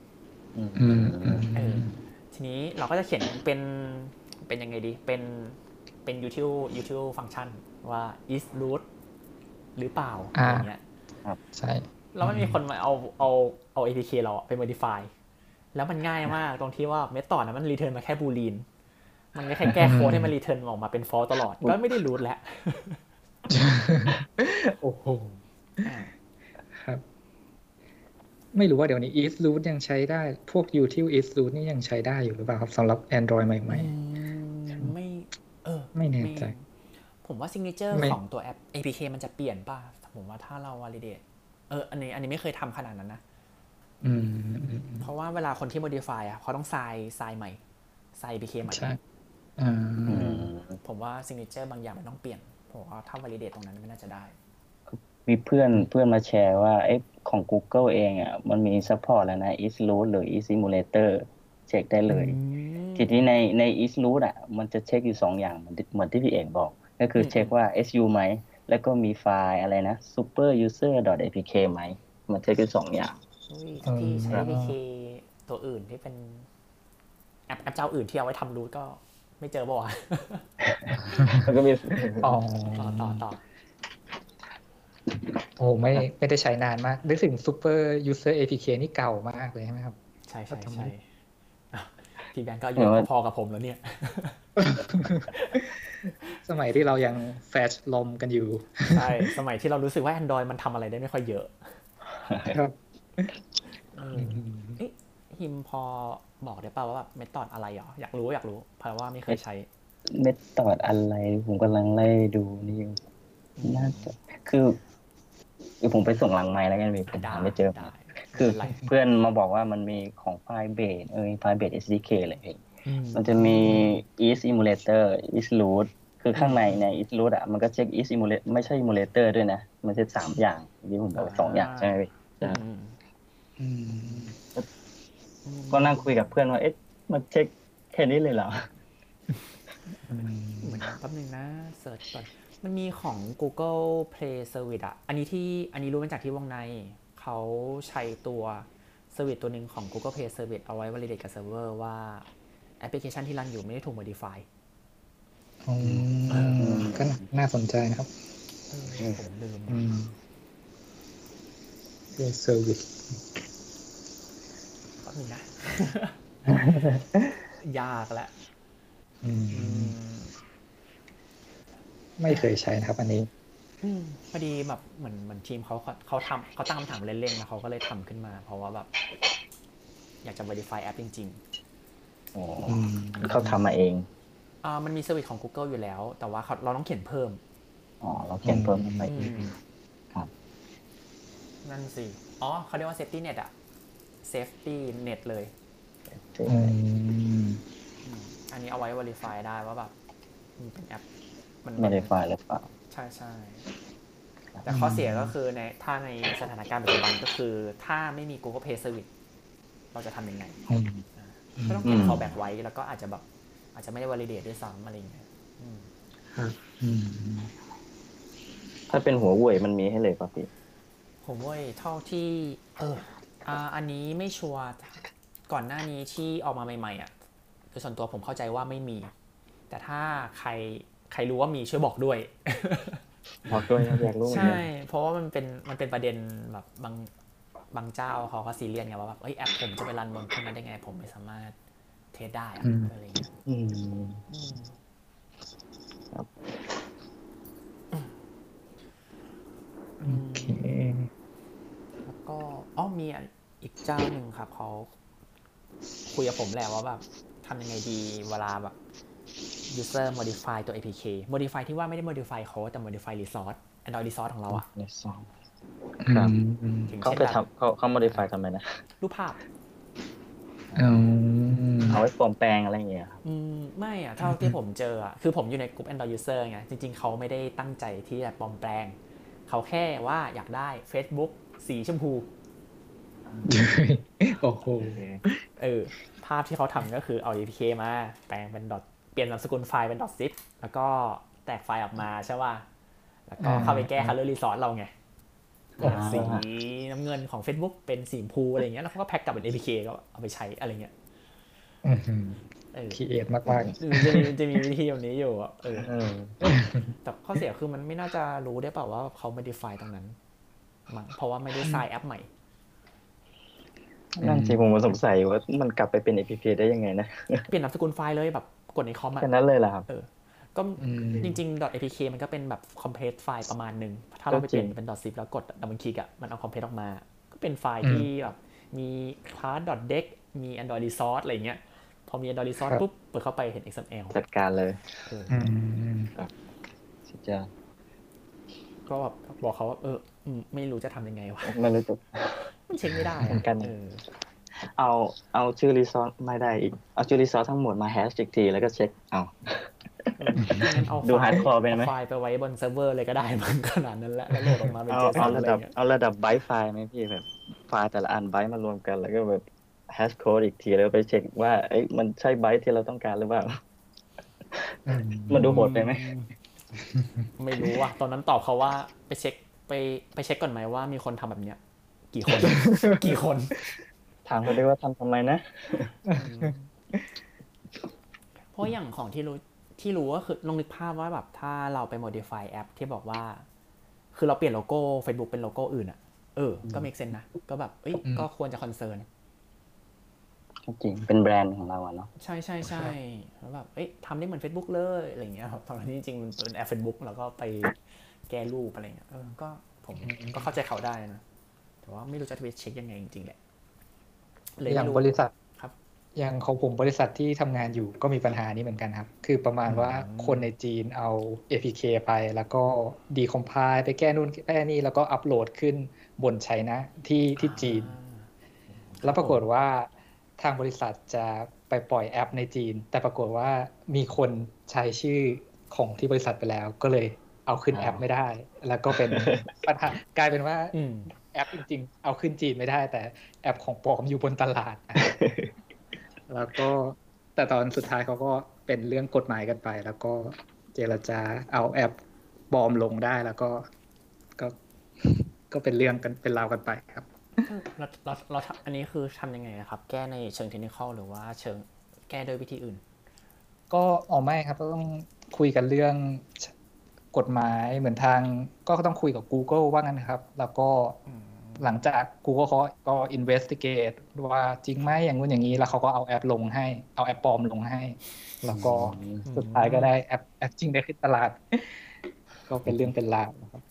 ทีนี้เราก็จะเขียนเป็นยังไงดีเป็น util function ว่า is root หรือเปล่าอะไรเงี้ยใช่แล้วมันมีคนมาเอา apk เราไป modify แล้วมันง่ายมากตรงที่ว่าเมธอดนะมัน return มาแค่ boolean มันก็แค่แก้โค้ดให้มัน return ออกมาเป็น false ตลอดก็ไม่ได้ root แล้วโอ้โหครับไม่รู้ว่าเดี๋ยวนี้ is root ยังใช้ได้พวก util is root นี่ยังใช้ได้อยู่หรือเปล่าครับสำหรับ Android ใหม่ไม่แน่ใจผมว่า signature ของตัวแอป APK มันจะเปลี่ยนป่ะผมว่าถ้าเรา validate อันนี้ไม่เคยทำขนาดนั้นนะเพราะว่าเวลาคนที่ modify เขาต้องทรายใหม่ทราย APK ใหม่ผมว่า signature บางอย่างมันต้องเปลี่ยนผมว่าถ้า validate ตรงนั้นไม่น่าจะได้มีเพื่อนมาแชร์ว่าของ Google เองอ่ะมันมี support แล้วนะ is root หรือ is emulator เช็คได้เลยทีนี้ใน is root อ่ะมันจะเช็คอยู่2อย่างเหมือนที่พี่เอกบอกก็คือเช็คว่า su ไหมแล้วก็มีไฟล์อะไรนะ super user apk ไหมมันเช็คอยู่2อย่างที่ใช้ apk ตัวอื่นที่เป็นแอปเจ้าอื่นที่เอาไว้ทำ root ก็ไม่เจอบ่อยมันก็มีต่อโอ้ไม่ได้ใช้นานมากนึกถึง Super User APK นี่เก่ามากเลยใช่ไหมครับใช่พี่แบงก์ก็อยู่พอกับผมแล้วเนี่ยสมัยที่เรายังแฟชลมกันอยู่ใช่สมัยที่เรารู้สึกว่า Android มันทำอะไรได้ไม่ค่อยเยอะครับฮิมพอบอกได้ป่าวว่าแบบเมธอดอะไรหรออยากรู้เพราะว่าไม่เคยใช้เมธอดอะไรผมกำลังไล่ดูนี่น่าจะคือผมไปส่งหลังไมค์แล้วกันผมหาไม่เจอคือเพื่อนมาบอกว่ามันมีของไฟล์เบสไฟล์เบส SDK เลยพี่มันจะมี is emulator is root คือข้างใน is root อ่ะมันก็เช็ค is emulator ไม่ใช่ emulator ด้วยนะมันจะ3อย่างที่ผมบอก2อย่างใช่ไหมพี่ก็นั่งคุยกับเพื่อนว่ามันเช็คแค่นี้เลยเหรอเหมือนแป๊บนึงนะเสิร์ชก่อนมันมีของ Google Play Service อันนี้รู้มาจากที่วงในเขาใช้ตัว Service ตัวหนึ่งของ Google Play Service เอาไว้ validate กับเซิร์ฟเวอร์ว่าแอปพลิเคชันที่รันอยู่ไม่ได้ถูก modify ก็น่าสนใจนะครับผมลืม Play Service แป๊บนึงนะ ยากแล้วไม่เคยใช้นะครับอันนี้พอดีแบบเหมือนทีมเขาตั้งคำถามเล่นๆแล้วเขาก็เลยทำขึ้นมาเพราะว่าแบบอยากจะ verify แอปจริงๆเขาทำมาเองมันมีเซอร์วิสของ Google อยู่แล้วแต่ว่าเราต้องเขียนเพิ่มเราเขียนเพิ่มไปครับนั่นสิเขาเรียกว่า safety net safety net เลยอันนี้เอาไว้ verify ได้ว่าแบบมันเป็นแอปมัน verify หรือเปล่าใช่แต่ข้อเสียก็คือถ้าในสถานการณ์ปัจจุบันก็คือถ้าไม่มี Google Play Service เราจะทำยังไงก็ต้องเก็บ fallback ไว้แล้วก็อาจจะไม่ได้ validate ด้วยซ้ำอะไรอย่างเงี้ยถ้าเป็นหัวเว่ยมันมีให้เลยป่ะพี่หัวเว่ยเท่าที่อันนี้ไม่ชัวร์ก่อนหน้านี้ที่ออกมาใหม่ๆโดยส่วนตัวผมเข้าใจว่าไม่มีแต่ถ้าใครรู้ว่ามีช่วยบอกด้วยอยากรู้ใช่เพราะว่ามันเป็นประเด็นแบบบางเจ้าเขาก็ซีเรียสไงว่าแบบแอปผมจะไปรันบนเครื่องนั้นได้ไงผมไม่สามารถเทสได้อะไรเงี้ยครับโอเคแล้วก็มีอีกเจ้าหนึ่งครับเขาคุยกับผมแล้วว่าแบบทำยังไงดีเวลาแบบ user modify ตัว APK modify ที่ว่าไม่ได้ modify code แต่ modify resource Android resource ของเราครับเขาไปทำเขา modify ทำไมนะรูปภาพเอาไว้ปลอมแปลงอะไรอย่างเงี้ยไม่เท่าที่ผมเจอคือผมอยู่ในกลุ่ม Android user ไงจริงๆเขาไม่ได้ตั้งใจที่จะปลอมแปลงเขาแค่ว่าอยากได้ Facebook สีชมพูโอ้โหภาพที่เขาทำก็คือเอา APK มาแปลงเป็นเปลี่ยนนามสกุลไฟล์เป็น .zip แล้วก็แตกไฟล์ออกมาใช่ป่ะแล้วก็เข้าไปแก้ color resort เราไงสีน้ำเงินของ Facebook เป็นสีชมพูอะไรเงี้ยแล้วเขาก็แพ็คกลับเป็น APK ก็เอาไปใช้อะไรเงี้ยครีเอทมากๆจะมีวิธีแบบนี้อยู่แต่ข้อเสียคือมันไม่น่าจะรู้ได้เปล่าว่าเขา modify ตรงนั้นมั้งเพราะว่าไม่ได้สร้างแอปใหม่นั่นสิผมสงสัยว่ามันกลับไปเป็น APK ได้ยังไงนะเปลี่ยนนามสกุลไฟล์เลยแบบกดในคอมแค่นั้นเลยเหรอครับก็จริงๆ .apk มันก็เป็นแบบ compress ไฟล์ประมาณนึงถ้าเราไปเปลี่ยนเป็น .zip แล้วกดดับเบิลคลิกอ่ะมันเอา compress ออกมาก็เป็นไฟล์ที่แบบมี class .dex มี android resource อะไรเงี้ยพอมี android resource ปุ๊บเปิดเข้าไปเห็น XML จัดการเลยครับสุดยอดก็แบบบอกเขาว่าไม่รู้จะทำยังไงวะไม่รู้จะมันเช็คไม่ได้เหมือนกันเอาชื่อรีซอสไม่ได้อีกเอาชื่อรีซอสทั้งหมดมาแฮชอีกทีแล้วก็เช็คดูฮาร์ดคอร์เป็นไหมไฟล์ไปไว้บนเซิร์ฟเวอร์เลยก็ได้มันขนาดนั้นแหละแล้วโหลดออกมาเป็น JSON เอาระดับไบต์ไฟล์ไหมพี่แบบไฟล์แต่ละอันไบต์มารวมกันแล้วก็แบบแฮชโค้ดอีกทีแล้วไปเช็คว่ามันใช่ไบต์ที่เราต้องการหรือเปล่ามันดูโหดไปไหมไม่รู้อ่ะตอนนั้นตอบเขาว่าไปเช็คก่อนไหมว่ามีคนทำแบบเนี้ยกี่คนถามเขาด้วยว่าทำไมนะเพราะอย่างของที่รู้ก็คือลองนึกภาพว่าแบบถ้าเราไป modify แอปที่บอกว่าคือเราเปลี่ยนโลโก้ Facebook เป็นโลโก้อื่นอ่ะก็ make sense นะก็แบบก็ควรจะ concern จริงเป็นแบรนด์ของเราเนาะใช่ๆแล้วแบบทำได้เหมือน Facebook เลยอะไรอย่างเงี้ยครับตอนนี้จริงๆมันเป็นแอป Facebook แล้วก็ไปแก้รูปอะไรเงี้ยก็ผมก็เข้าใจเขาได้นะแต่ว่าไม่รู้จะไปเช็คยังไงจริงๆแหละอย่างบริษัทอย่างของผมบริษัทที่ทำงานอยู่ก็มีปัญหานี้เหมือนกันครับคือประมาณว่าคนในจีนเอา APK ไปแล้วก็ดีคอมไพล์ไปแก้นู่นแก้นี่แล้วก็อัปโหลดขึ้นบนไชน่าที่จีนแล้วปรากฏว่าทางบริษัทจะไปปล่อยแอปในจีนแต่ปรากฏว่ามีคนใช้ชื่อของที่บริษัทไปแล้วก็เลยเอาขึ้นแอปไม่ได้แล้วก็เป็นปัญหากลายเป็นว่าแอปจริงๆเอาขึ้นจีนไม่ได้แต่แอปของปลอมอยู่บนตลาดแล้วก็แต่ตอนสุดท้ายเขาก็เป็นเรื่องกฎหมายกันไปแล้วก็เจรจาเอาแอปปลอมลงได้แล้วก็เป็นเรื่องกันเป็นราวกันไปครับเราอันนี้คือทำยังไงครับแก้ในเชิงเทคนิคหรือว่าเชิงแก้โดยวิธีอื่นก็ไม่ครับก็ต้องคุยกันเรื่องกฎหมายเหมือนทางก็ต้องคุยกับ Google ว่างั้นครับแล้วก็หลังจาก Google เขาก็ investigate ว่าจริงไหมอย่างนู้นอย่างนี้แล้วเขาก็เอาแอปลงให้เอาแอปปลอมลงให้แล้วก็สุดท้ายก็ได้แอปจริงได้ขึ้นตลาดก็เป็นเรื่องเป็นราวครับ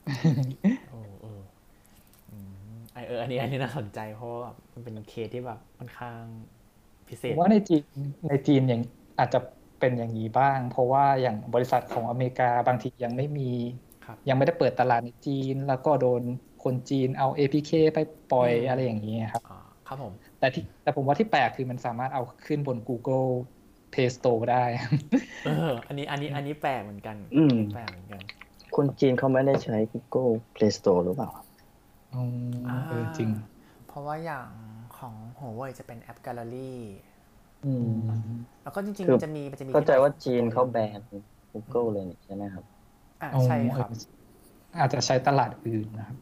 อันนี้น่าสนใจเพราะว่ามันเป็นเคสที่แบบค่อนข้างพิเศษว่าในจีนอย่างอาจจะเป็นอย่างนี้บ้างเพราะว่าอย่างบริษัทของอเมริกาบางทียังไม่มียังไม่ได้เปิดตลาดในจีนแล้วก็โดนคนจีนเอา APK ไปปล่อยอะไรอย่างนี้ครับครับผมแต่ผมว่าที่แปลกคือมันสามารถเอาขึ้นบน Google Play Store ได้อันนี้แปลกเหมือนกันแปลกเหมือนกันคนจีนเขาไม่ได้ใช้ Google Play Store หรือเปล่าจริงเพราะว่าอย่างของ Huawei จะเป็นแอป Gallery แล้วก็จริงๆจะมีเข้าใจว่าจีนเขาแบน Google เลยใช่ไหมครับใช่ครับอาจจะใช้ตลาดอื่นนะครับ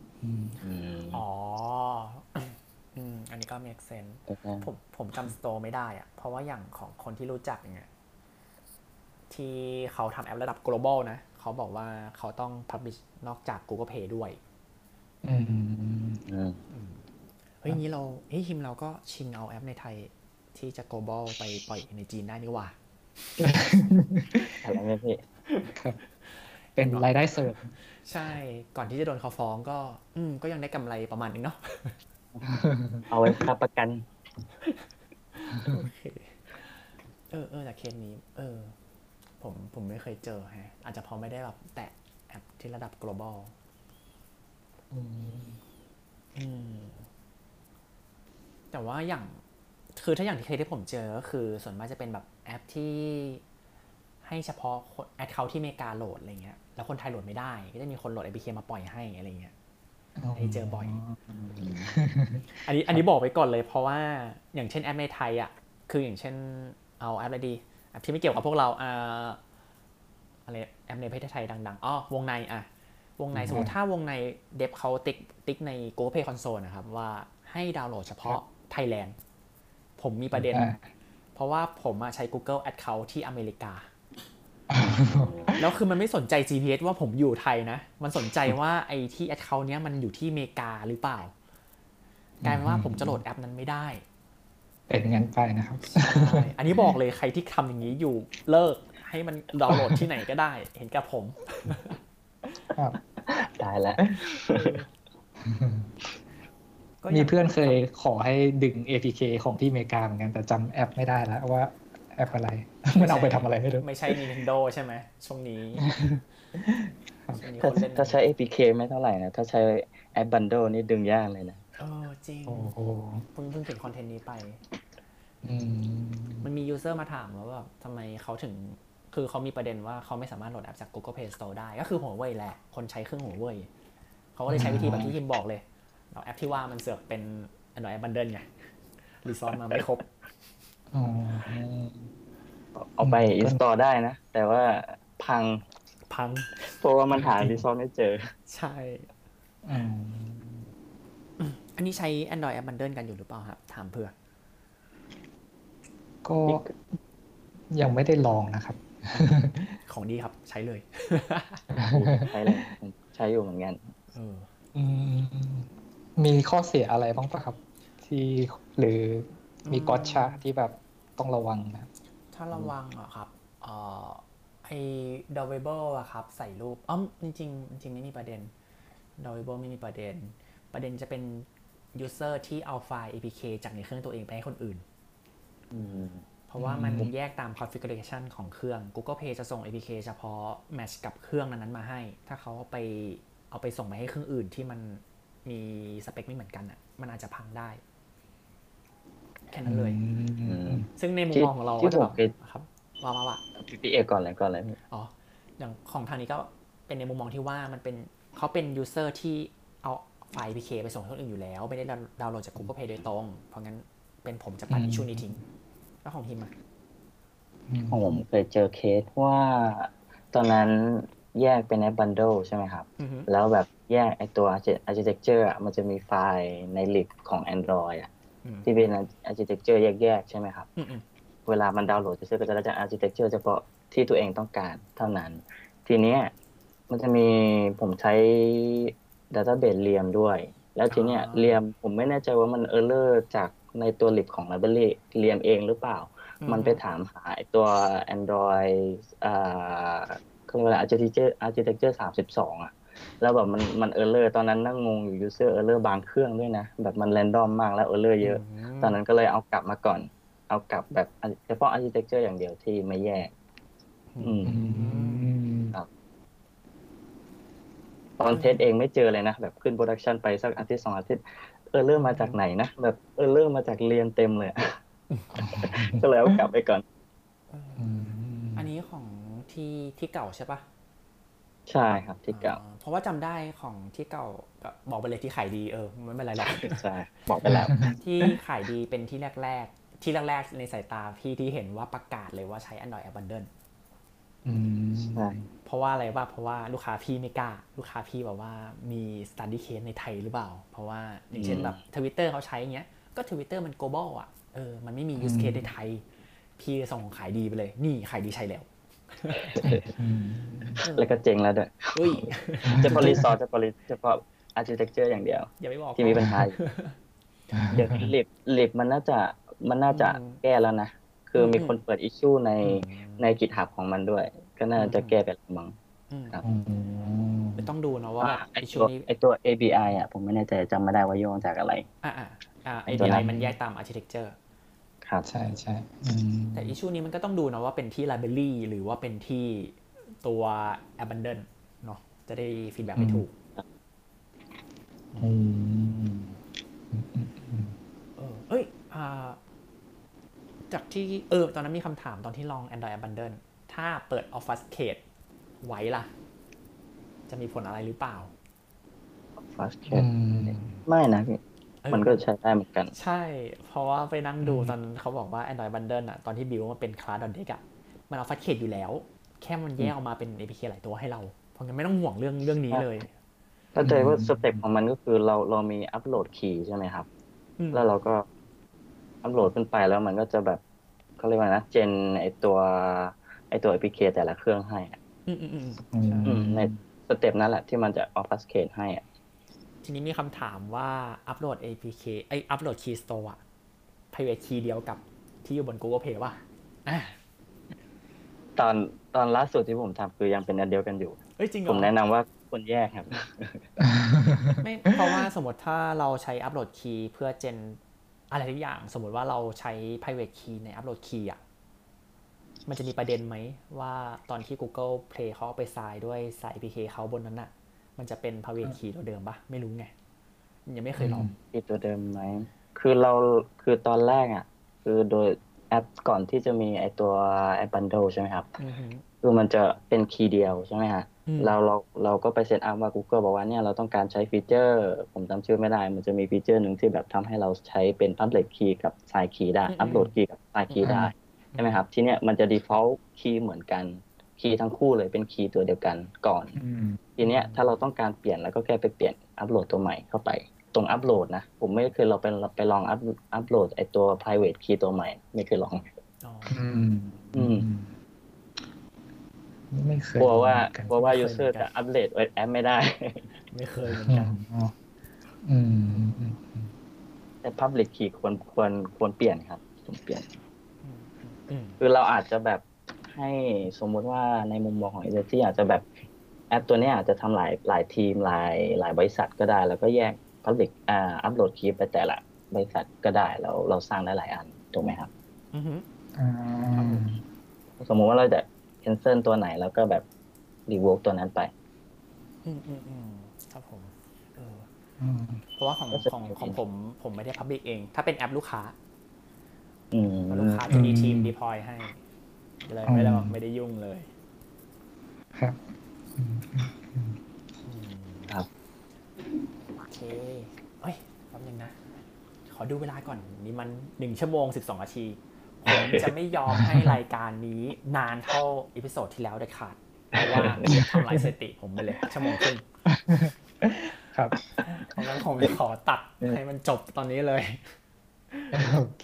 อันนี้ก็ make sense ผมจำ store ไม่ได้อะเพราะว่าอย่างของคนที่รู้จักเนี่ยที่เขาทำแอประดับ global นะเขาบอกว่าเขาต้อง publish นอกจาก Google Play ด้วยนี้เราทีมเราก็ชิงเอาแอปในไทยที่จะ global ไปปล่อยในจีนได้นี่หว่าอะไรเงี้ยพี่เป็นรายได้เสริมใช่ก่อนที่จะโดนเขาฟ้องก็ยังได้กำไรประมาณนึงเนาะเอาไว้ค่าประกันโอเคแต่เคสนี้ผมไม่เคยเจอฮะอาจจะเพราะไม่ได้แบบแตะแอปที่ระดับ global แต่ว่าอย่างคือถ้าอย่างที่เคยที่ผมเจอก็คือส่วนมากจะเป็นแบบแอปที่ให้เฉพาะแอคเคาท์ที่อเมริกาโหลดอะไรเงี้ยแล้วคนไทยโหลดไม่ได้ก็จะมีคนโหลด APK มาปล่อยให้อะไรเงี้ยได้เจอบ่อยอันนี้บอกไว้ก่อนเลยเพราะว่าอย่างเช่นแอปในไทยอ่ะคืออย่างเช่นเอาแอปอะไรดีแอปที่ไม่เกี่ยวกับพวกเราอะไรแอปในประเทศไทยดังๆวงในวงในสมมติถ้าวงในเดฟเขาติ๊กใน Google Play Console นะครับว่าให้ดาวน์โหลดเฉพาะ Thailand ผมมีประเด็นเพราะว่าผมใช้ Google Account ที่อเมริกาแล้วคือมันไม่สนใจ GPS ว่าผมอยู่ไทยนะมันสนใจว่าไอ้ที่ Account เนี้ยมันอยู่ที่อเมริกาหรือเปล่ากลายเป็นว่าผมจะโหลดแอปนั้นไม่ได้เป็นงั้นไปนะครับใช่อันนี้บอกเลยใครที่ทำอย่างนี้อยู่เลิกให้มันดาวน์โหลดที่ไหนก็ได้เห็นกับผมครับตายแล้วมีเพื่อนเคยขอให้ดึง APK ของที่อเมริกาเหมือนกันแต่จำแอปไม่ได้แล้วว่าแอปอะไรมันเอาไปทำอะไรไม่รู้ไม่ใช่ Nintendo ใช่ไหมช่วงนี้ถ้าใช้ APK ไม่เท่าไหร่นะถ้าใช้แอป Bundle นี่ดึงยากเลยนะจริงเพิ่งเห็นคอนเทนต์นี้ไปมันมียูเซอร์มาถามว่าแบบทำไมเขาถึงคือเขามีประเด็นว่าเขาไม่สามารถโหลดแอปจาก Google Play Store ได้ก็คือหัวเว่ยแหละคนใช้เครื่องหัวเว่ยเขาก็เลยใช้วิธีแบบที่คิมบอกเลยแอปที่ว่ามันเสือกเป็น Android Bundle ไงรีซอสมาไม่ครบเอาไป install ได้นะแต่ว่าพังเพราะว่ามันหารีซอสไม่เจอใช่อันนี้ใช้ Android App Bundle กันอยู่หรือเปล่าครับถามเพื่อก็ยังไม่ได้ลองนะครับของดีครับใช้เลยใช้เลยใช้อยู่เหมือนกันมีข้อเสียอะไรบ้างปะครับที่หรือมีกอตชาที่แบบต้องระวังนะถ้าระวังอะครับไอ้ drawable อะครับใส่รูปจริงไม่มีประเด็น drawable ไม่มีประเด็นจะเป็น user ที่เอาไฟล์ APK จากในเครื่องตัวเองไปให้คนอื่นเพราะว่ามันแยกตาม configuration ของเครื่อง Google Play จะส่ง APK เฉพาะ match กับเครื่องนั้นๆมาให้ถ้าเขาเอาไปส่งไปให้เครื่องอื่นที่มันมีสเปคไม่เหมือนกันอ่ะมันอาจจะพังได้แค่นั้นเลยซึ่งในมุมมองของเราก็จะแบบครับว่าพี่เอกก่อนเลยอย่างของทางนี้ก็เป็นในมุมมองที่ว่ามันเป็นเขาเป็น user ที่เอาไฟล์ APK ไปส่งให้คนอื่นอยู่แล้วไม่ได้ดาวน์โหลดจาก Google Play โดยตรงเพราะงั้นเป็นผมจะปัดช่วงนี้ทิ้งแล้วของทีมของผมเคยเจอเคสว่าตอนนั้นแยกเป็นแอป Bundle ใช่ไหมครับแล้วแบบแยกไอตัว architecture มันจะมีไฟล์ใน lib ของ Android ที่เป็น architecture แยกใช่ไหมครับเวลามันดาวน์โหลดจะก็จะได้จาก architecture เฉพาะที่ตัวเองต้องการเท่านั้นทีเนี้ยมันจะมีผมใช้ database เรียมด้วยแล้วทีเนี้ยเรียมผมไม่แน่ใจว่ามัน error จากในตัว lib ของ library เรียมเองหรือเปล่ามันไปถามหาตัว Android เขาเรียกว่าอะไร architecture 32แล้วแบบมัน error ตอนนั้นนั่งงงอยู่ user error บางเครื่องด้วยนะแบบมัน random มากแล้ว error เยอะตอนนั้นก็เลยเอากลับมาก่อนเอากลับแบบเฉพาะ architecture อย่างเดียวที่ไม่แยกครับตอนเทสเองไม่เจอเลยนะแบบขึ้นโปรดักชันไปสักอาทิตย์2 อาทิตย์error มาจากไหนนะแบบ error มาจากเรียนเต็มเลยก็เลยเอากลับไปก่อนอันนี้ของที่เก่าใช่ปะใช่ครับที่เก่าเพราะว่าจำได้ของที่เก่าบอกไปเลยที่ขายดีไม่เป็นไรหรอกใช่บอกไปแล้วที่ขายดีเป็นที่แรกในสายตาพี่ที่เห็นว่าประกาศเลยว่าใช้ Android App Bundle ใช่เพราะว่าอะไรป่ะเพราะว่าลูกค้าพี่ไม่กล้าลูกค้าพี่แบบว่ามี study case ในไทยหรือเปล่าเพราะว่าอย่างเช่นแบบ Twitter เขาใช้อย่างเงี้ยก็ Twitter มัน global มันไม่มี use case ในไทยพี่ส่งขายดีไปเลยนี่ขายดีใช่แล้วแล้วก็เจ๋งแล้วด้วยจะพอรีซอร์จะพอ architecture อย่างเดียวอย่าไม่บอกที่มีปัญหาเดี๋ยวลิบมันน่าจะแก้แล้วนะคือมีคนเปิด issue ใน GitHub ของมันด้วยก็น่าจะแก้ไปแล้วมั้งครับต้องดูนะว่าไอตัว ABI ผมไม่แน่ใจจำไม่ได้ว่าโยงจากอะไร ABI มันแยกตาม architecture ครับใช่แต่ issue นี้มันก็ต้องดูนะว่าเป็นที่ library หรือว่าเป็นที่ตัว abandon เนาะจะได้ feedback ไม่ถูกจากที่ตอนนั้นมีคำถามตอนที่ลอง Android App Bundle ถ้าเปิด Obfuscate ไว้ล่ะจะมีผลอะไรหรือเปล่า Fastcat มไม่นะพี่เออมันก็ใช้ได้เหมือนกันใช่ เพราะว่าไปนั่งดูตอนเขาบอกว่า Android Bundle อะตอนที่บิวมาเป็นคลาส .dex อะมันเอาฟัดเคดอยู่แล้ว แค่มันแยกออกมาเป็น APK หลายตัวให้เรา เพราะงั้นไม่ต้องห่วงเรื่องนี้เลยเข้าใจว่าสเต็ปของมันก็คือเรามีอัปโหลดคีย์ใช่ไหมครับอืมแล้วเราก็อัปโหลดขึ้นไปแล้วมันก็จะแบบเขาเรียกว่านะเจนไอตัว APK แต่ละเครื่องให้อะอืมอืมในสเต็ปนั้นแหละที่มันจะเอาฟัสเคดให้อะทีนี้มีคำถามว่าอัปโหลด APK อัปโหลด Key Store อะ private key เดียวกับที่อยู่บน Google Play ป่ะอ่ะตอนล่าสุดที่ผมทำคือยังเป็นอันเดียวกันอยู่เอ้ยจริงเหรผอมแนะนำว่าควรแยกครับไม่เพราะว่าสมมติถ้าเราใช้อัปโหลดคีย์เพื่อเจนอะไรทุกอย่างสมมติว่าเราใช้ private key ในอัปโหลดคีย์อ่ะมันจะมีประเด็นไหมว่าตอนที่ Google Play เขาเอาไปทรายด้วยสาย APK เขาบนนั้นน่ะมันจะเป็น private key ตัวเดิมปะไม่รู้ไงยังไม่เคยลองอีกตัวเดิมไหมคือตอนแรกอ่ะคือโดยแอปก่อนที่จะมีไอตัวแอป Bundle ใช่ไหมครับ คือมันจะเป็นคีย์เดียวใช่ไหมฮะเราก็ไปเซตอัพว่า Google บอกว่าเนี่ยเราต้องการใช้ฟีเจอร์ผมจำชื่อไม่ได้มันจะมีฟีเจอร์หนึ่งที่แบบทำให้เราใช้เป็น Public Key กับ Side Key ได้ Upload Key กับ Side Key ได้ใช่ไหมครับทีเนี้ยมันจะ default key เหมือนกันคีย์ทั้งคู่เลยเป็นคีย์ตัวเดียวกันก่อนทีเนี้ยถ้าเราต้องการเปลี่ยนแล้วก็แค่ไปเปลี่ยนอัปโหลดตัวใหม่เข้าไปตรงอัปโหลดนะผมไม่เคยเราไปลองอัปโหลดไอตัว private key ตัวใหม่ไม่เคยลองไม่เคยกลัวว่าเหมือนกันยูเซอร์จะอัปเดตแอปไม่ได้ไม่เคยเหมือนกันอืมแต่ Public Key ควรเปลี่ยนครับควรเปลี่ยนอืมคือเราอาจจะแบบให้สมมุติว่าในมุมมองของ agency อาจจะแบบแอปตัวเนี้ยอาจจะทำหลายทีมหลายบริษัทก็ได้ แล้วก็แยก Public อัปโหลดคีย์ไปแต่ละบริษัทก็ได้แล้วเราสร้างได้หลายอันถูกไหมครับอือฮึสมมุติว่าเราจะ cancel ตัวไหนแล้วก็แบบ revoke ตัวนั้นไปครับผมเพราะว่าของผมไม่ได้ public เองถ้าเป็นแอปลูกค้าลูกค้าจะมีทีม deploy ให้เลยไม่ได้ยุ่งเลยครับครับโอเคเอ้ยแป๊บนึงนะขอดูเวลาก่อนนี่มัน1 ชั่วโมง 12 นาทีผมจะไม่ยอมให้รายการนี้นานเท่าอีพิโซดที่แล้วเด็ดขาดเพราะว่าทำลายสถิติผมไปเลย1 ชั่วโมงครึ่งครับเพราะงั้นผมขอตัดให้มันจบตอนนี้เลยโอเค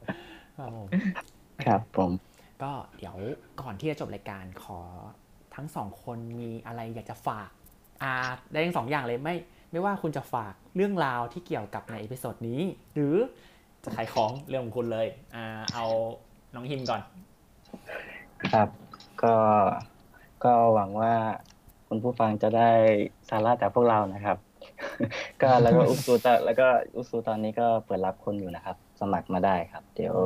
ครับผมก็เดี๋ยวก่อนที่จะจบรายการขอทั้งสองคนมีอะไรอยากจะฝากได้ทั้ง2 อย่างเลยไม่ว่าคุณจะฝากเรื่องราวที่เกี่ยวกับในเอพิโซดนี้ หรือจะขายของเรื่องของคุณเลยเอาน้องฮิมก่อนครับก็หวังว่าคุณผู้ฟังจะได้สาระจากพวกเรานะครับ ก็แล้วก็อุซูตอนนี้ก็เปิดรับคนอยู่นะครับ สมัครมาได้ครับ เดี๋ยว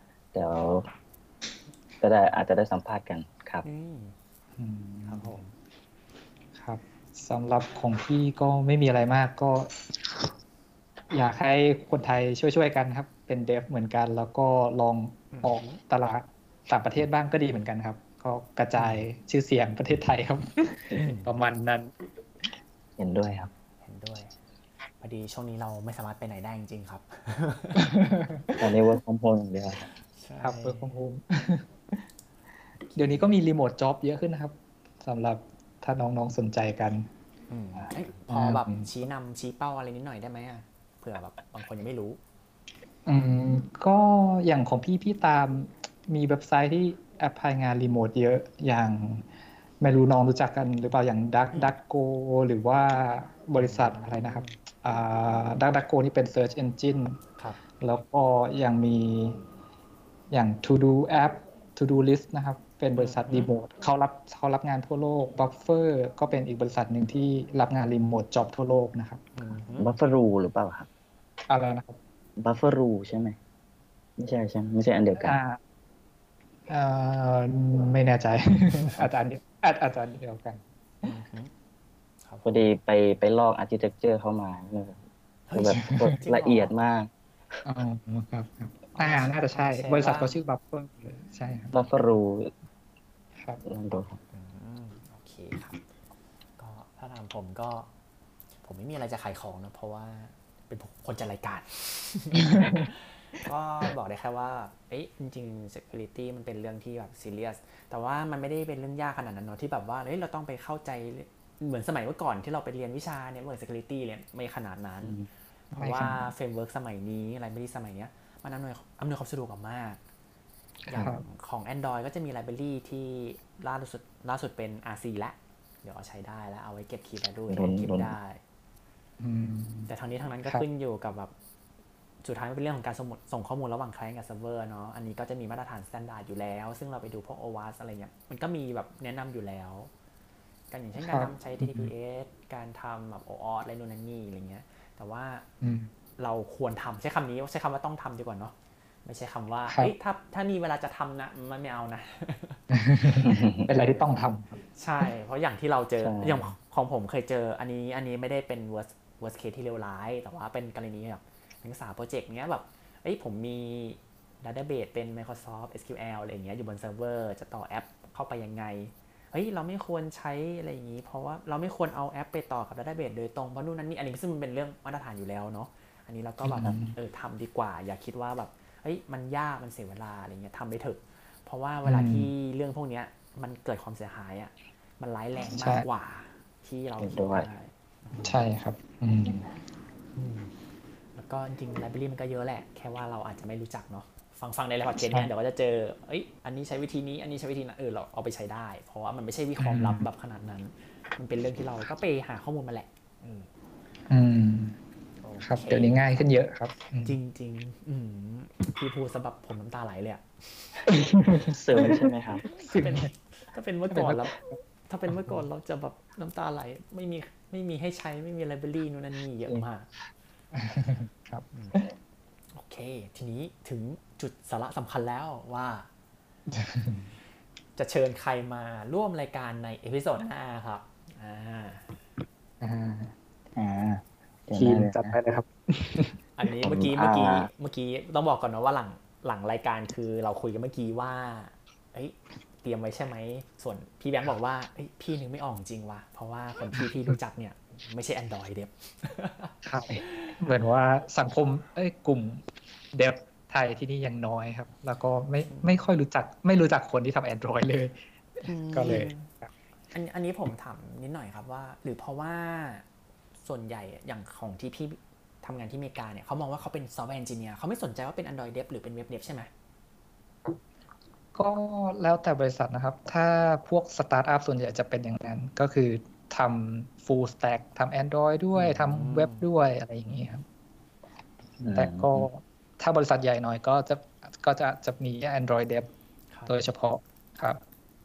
ก็ได้อาจจะได้สัมภาษณ์กันครับครับผมครับสำหรับของพี่ก็ไม่มีอะไรมากก็ อยากให้คนไทยช่วยกันครับ เป็นเดฟเหมือนกัน แล้วก็ลองออกตลาดต่างประเทศบ้างก็ดีเหมือนกันครับ ก็กระจายชื่อเสียงประเทศไทยครับ ประมาณนั้นเห็นด้วยครับเห็นด้วยพอดีช่วงนี้เราไม่สามารถไปไหนได้จริงๆครับตอนนี้ work from home อย่างเดียวครับ work from home เดี๋ยวนี้ก็มีรีโมทจ็อบเยอะขึ้นนะครับสำหรับถ้าน้องๆสนใจกันพอแบบชี้นำชี้เป้าอะไรนิดหน่อยได้ไหมเผื่อแบบบางคนยังไม่รู้ก็อย่างของพี่ตามมีเว็บไซต์ที่แอปพลายงานรีโมทเยอะอย่างไม่รู้น้องรู้จักกันหรือเปล่าอย่าง DuckDuckGo หรือว่าบริษัทอะไรนะครับDuckDuckGo นี่เป็น Search Engine ครับแล้วก็ยังมีอย่าง To Do App To Do List นะครับเป็นบริษัทรีโมทเขารับงานทั่วโลก Buffer ก็เป็นอีกบริษัทหนึ่งที่รับงานรีโมทจ็อบทั่วโลกนะครับ Buffalo หรือเปล่าครับอะไรนะครับ Buffalo ใช่ไหมไม่ใช่อันเดียวกันไม่แน่ใจ อาจารย์เดียวกันพอดีไปลอก architecture เข้ามาแบบละเอียดมากครับน่าจะใช่บริษัทเขาชื่อ Buffer ใช่ครับ Buffalo ครับลองดูครับโอเคครับก็ถ้าถามผมก็ผมไม่มีอะไรจะขายของนะเพราะว่าเป็นคนจัดรายการ ก็บอกได้แค่ว่าจริงๆ security มันเป็นเรื่องที่แบบ serious แต่ว่ามันไม่ได้เป็นเรื่องยากขนาดนั้นเนาะที่แบบว่าเราต้องไปเข้าใจเหมือนสมัยเมื่อก่อนที่เราไปเรียนวิชาเนี่ยเหมือน security เรียนไม่ขนาดนั้นเพราะว่า framework สมัยนี้library สมัยเนี้ยมันอำนวยความสะดวกมากอย่างของ Android ก็จะมี library ที่ล่าสุดเป็น RC และเดี๋ยวเอาใช้ได้แล้วเอาไว้เก็บ key value เก็บได้แต่ทางนี้ทางนั้นก็ขึ้นอยู่กับแบบสุดท้ายมันเป็นเรื่องของการส่งข้อมูลระหว่าง client กับ server เนาะอันนี้ก็จะมีมาตรฐาน standard อยู่แล้วซึ่งเราไปดูพวก OWASP อะไรเงี้ยมันก็มีแบบแนะนำอยู่แล้วการอย่างเช่นการใช้ TTPS การทำแบบ OAuth อะไรนู่นนั่นนี่อะไรเงี้ยแต่ว่าเราควรทำใช้คำว่าต้องทำดีกว่าเนาะไม่ใช่คำว่าถ้ามีเวลาจะทำนะมันไม่เอานะเป็นอะไรที่ต้องทำใช่เพราะอย่างที่เราเจออย่างของผมเคยเจออันนี้ไม่ได้เป็น worst case ที่เลวร้ายแต่ว่าเป็นกรณีแบบนักศึกษาโปรเจกต์เนี้ยแบบผมมี database เป็น Microsoft SQL อะไรอย่างเงี้ยอยู่บนเซิร์ฟเวอร์จะต่อแอปเข้าไปยังไงเราไม่ควรใช้อะไรอย่างงี้เพราะว่าเราไม่ควรเอาแอปไปต่อกับ database โดยตรงเพราะนู่นนั่นนี่อันนี้ซึ่งมันเป็นเรื่องมาตรฐานอยู่แล้วเนาะอันนี้เราก็แบบทำดีกว่าอย่าคิดว่าแบบมันยากมันเสียเวลาอะไรเงี้ยทำไปเถอะเพราะว่าเวลาที่เรื่องพวกเนี้ยมันเกิดความเสียหายอ่ะมันร้ายแรงมากกว่าที่เราคิดได้ใช่ครับแล้วก็จริงๆ library มันก็เยอะแหละแค่ว่าเราอาจจะไม่รู้จักเนาะฟังในพอดแคสต์เนี่ยเดี๋ยวก็จะเจออันนี้ใช้วิธีนี้อันนี้ใช้วิธีนั้นเราเอาไปใช้ได้เพราะว่ามันไม่ใช่วิเคราะห์ลับแบบขนาดนั้นมันเป็นเรื่องที่เราก็ไปหาข้อมูลมาแหละครับเดี๋ยวนี้ง่ายขึ้นเยอะครับจริงๆพี่พูดซะแบบผมน้ำตาไหลเลยอะเสริมใช่ไหมครับถ้าเป็นเมื่อก่อนแล้วถ้าเป็นเมื่อก่อนเราจะแบบน้ำตาไหลไม่มีให้ใช้ไม่มีไลบรารีนู่นนั่นนี่เยอะมากครับโอเคทีนี้ถึงจุดสาระสำคัญแล้วว่าจะเชิญใครมาร่วมรายการในเอพิโซดหน้าครับทีมจัดไปเลยครับอันนี้เมื่อกี้ต้องบอกก่อนนะว่าหลังรายการคือเราคุยกันเมื่อกี้ว่าเตรียมไว้ใช่ไหมส่วนพี่แบงค์บอกว่าพี่นึกไม่ออกจริงว่ะเพราะว่าคนที่พี่รู้จักเนี่ยไม่ใช่ Android เดฟครับเหมือนว่าสังคมกลุ่มเดฟไทยที่นี่ยังน้อยครับแล้วก็ไม่ค่อยรู้จักคนที่ทำ Android เลยก็เลยอันนี้ผมถามนิดหน่อยครับว่าหรือเพราะว่าส่วนใหญ่อย่างของที่พี่ทำงานที่อเมริกาเนี่ยเขามองว่าเขาเป็นซอฟต์แวร์เอนจิเนียร์เขาไม่สนใจว่าเป็น Android Dev หรือเป็น Web Dev ใช่ไหมก็แล้วแต่บริษัทนะครับถ้าพวกสตาร์ทอัพส่วนใหญ่จะเป็นอย่างนั้นก็คือทำ full stack ทำ Android ด้วยทำเว็บด้วยอะไรอย่างนี้ครับแต่ก็ถ้าบริษัทใหญ่หน่อยก็จะมี Android Dev โดยเฉพาะครับ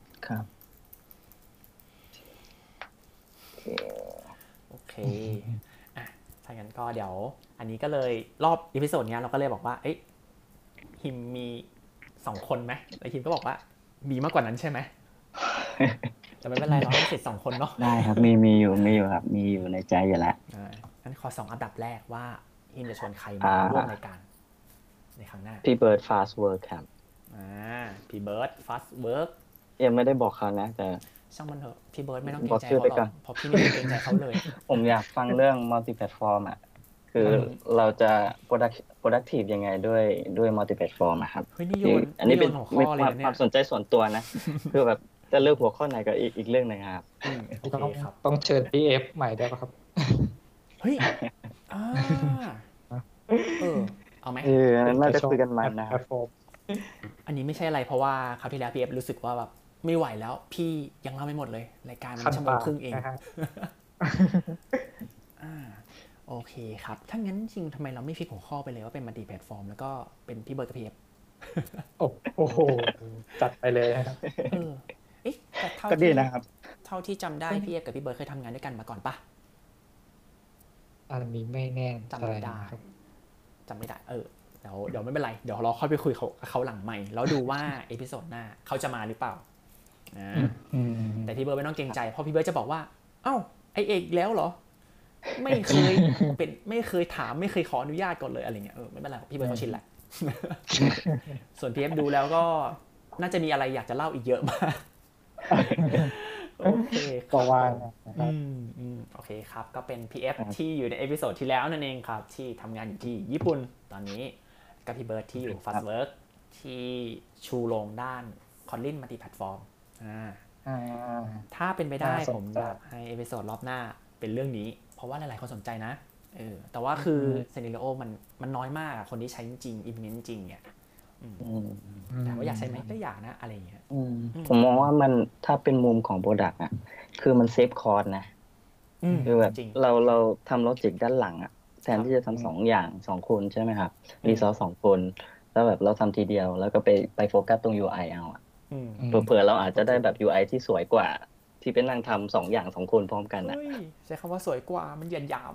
โอเคถ้างั้นก็เดี๋ยวอันนี้ก็เลยรอบอีพิโซดนี้เราก็เลยบอกว่าฮิมมี2คนไหมแล้วฮิมก็บอกว่ามีมากกว่านั้นใช่ไหมแต่ไม่เป็นไรเราให้เสร็จ2คนเนาะได้ครับมีอยู่ครับมีอยู่ในใจอยู่แล้วงั้นขอ2อันดับแรกว่าฮิมจะชวนใครมาร่วมรายการในครั้งหน้าพี่เบิร์ด Fast Work ครับพี่เบิร์ด Fast Work ยังไม่ได้บอกเขานะแต่ช่างมันเถอะพี่เบิร์ดไม่ต้องเกรงใจเขาหรอกเพราะพี่ไม่เกรงใจเขาเลยผมอยากฟังเรื่อง multi platform อ่ะคือเราจะ productive ยังไงด้วย multi platform อ่ะครับอันนี้เป็นความสนใจส่วนตัวนะคือแบบจะเลือกหัวข้อไหนก็อีกเรื่องนึงครับต้องเชิญ PF ใหม่ได้ป่ะครับเฮ้ยเอาไหมน่าจะคุยกันมันนะครับอันนี้ไม่ใช่อะไรเพราะว่าคราวที่แล้ว PF รู้สึกว่าแบบไม่ไหวแล้วพี่ยังเล่าไม่หมดเลยรายการมันชั่วโมงครึ่งเองโอเคครับถ้างั้นจริงทำไมเราไม่ฟิกหัวข้อไปเลยว่าเป็นมัลติแพลตฟอร์มแล้วก็เป็นพี่เบิร์ดกับพี่เอฟโอ้โหจัดไปเลยครับแต่ก็ดีนะครับเท่าที่จำได้พี่เอฟกับพี่เบิร์ดเคยทำงานด้วยกันมาก่อนปะอันนี้ไม่แน่จำไม่ได้เดี๋ยวไม่เป็นไรเดี๋ยวเราค่อยไปคุยเขาหลังใหม่แล้วดูว่าเอพิโซดหน้าเขาจะมาหรือเปล่าแต่พี่เบิร์ดไม่ต้องเกรงใจเพราะพี่เบิร์ดจะบอกว่าเอ้าไอเอกแล้วเหรอไม่เคยถามไม่เคยขออนุญาตก่อนเลยอะไรเงี้ยไม่เป็นไรพี่เบิร์ดเขาชินแหละส่วน PF ดูแล้วก็น่าจะมีอะไรอยากจะเล่าอีกเยอะมากโอเคคก็รับว่างผมนะครับโอเคครับก็เป็น PF ครับที่อยู่ในเอพิโซดที่แล้วนั่นเองครับที่ทำงานอยู่ที่ญี่ปุ่นตอนนี้กับพี่เบิร์ดที่อยู่ Fastwork ที่ชูโรงด้าน Kotlin Multi Platform ถ้าเป็นไปได้น่าสนใจผมอยากให้เอพิโซดรอบหน้าเป็นเรื่องนี้ เพราะว่าหลายๆคนสนใจนะแต่ว่าคือ Scenario มันน้อยมากอะคนที่ใช้จริง implement จริงเนี่ยแต่ว่าอยากใช้ไหมก็อยากนะอะไรอย่างเงี้ยผมมองว่ามันถ้าเป็นมุมของโปรดักต์อ่ะคือมันเซฟคอร์สนะคือแบบจริงเราทำโลจิกด้านหลังอ่ะแทนที่จะทำสองอย่างสองคนใช่ไหมครับรีซอสสองคนแล้วแบบเราทำทีเดียวแล้วก็ไปโฟกัสตรง UI เอาอ่ะเผื่อเราอาจจะได้แบบ UI ที่สวยกว่าที่เป็นนั่งทำสองอย่างสองคนพร้อมกันอ่ะเฮ้ยใช้คำว่าสวยกว่ามันเหยียดหยาม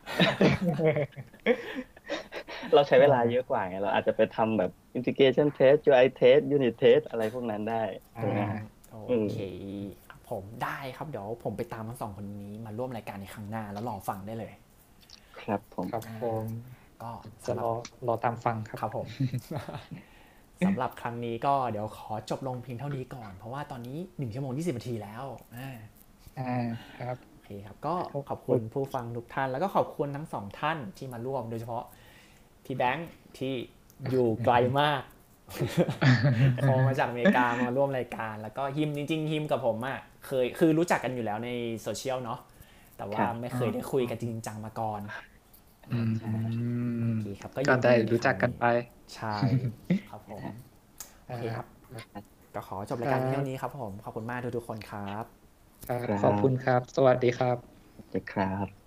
เราใช้เวลาเยอะกว่าไงเราอาจจะไปทำแบบ integration test UI test unit test อะไรพวกนั้นได้ถูกไหมฮะโอเคครับผมได้ครับเดี๋ยวผมไปตามทั้งสองคนนี้มาร่วมรายการในครั้งหน้าแล้วรอฟังได้เลยครับผมครับผมก็จะสำหรับรอตามฟังครับครับผม สำหรับครั้งนี้ก็เดี๋ยวขอจบลงเพียงเท่านี้ก่อนเพราะว่าตอนนี้1 ชั่วโมง 20 นาทีแล้วครับโอเคครับก็ขอบคุณผู้ฟังทุกท่านแล้วก็ขอบคุณทั้งสองท่านที่มาร่วมโดยเฉพาะพี่แบงค์ที่อยู่ไกลมาก โทรมาจากอเมริกามาร่วมรายการแล้วก็ฮิมจริงๆฮิมกับผมอ่ะคือรู้จักกันอยู่แล้วในโซเชียลเนาะแต่ว่าไม่เคยได้คุยกันจริงจังมาก่อนโอเคครับก็ได้รู้จักกันไปใช่ครับผมโอเคครับก็ขอจบรายการเท่านี้ครับผมขอบคุณมากทุกๆคนครับขอบคุณครับสวัสดีครับสวัสดีครับ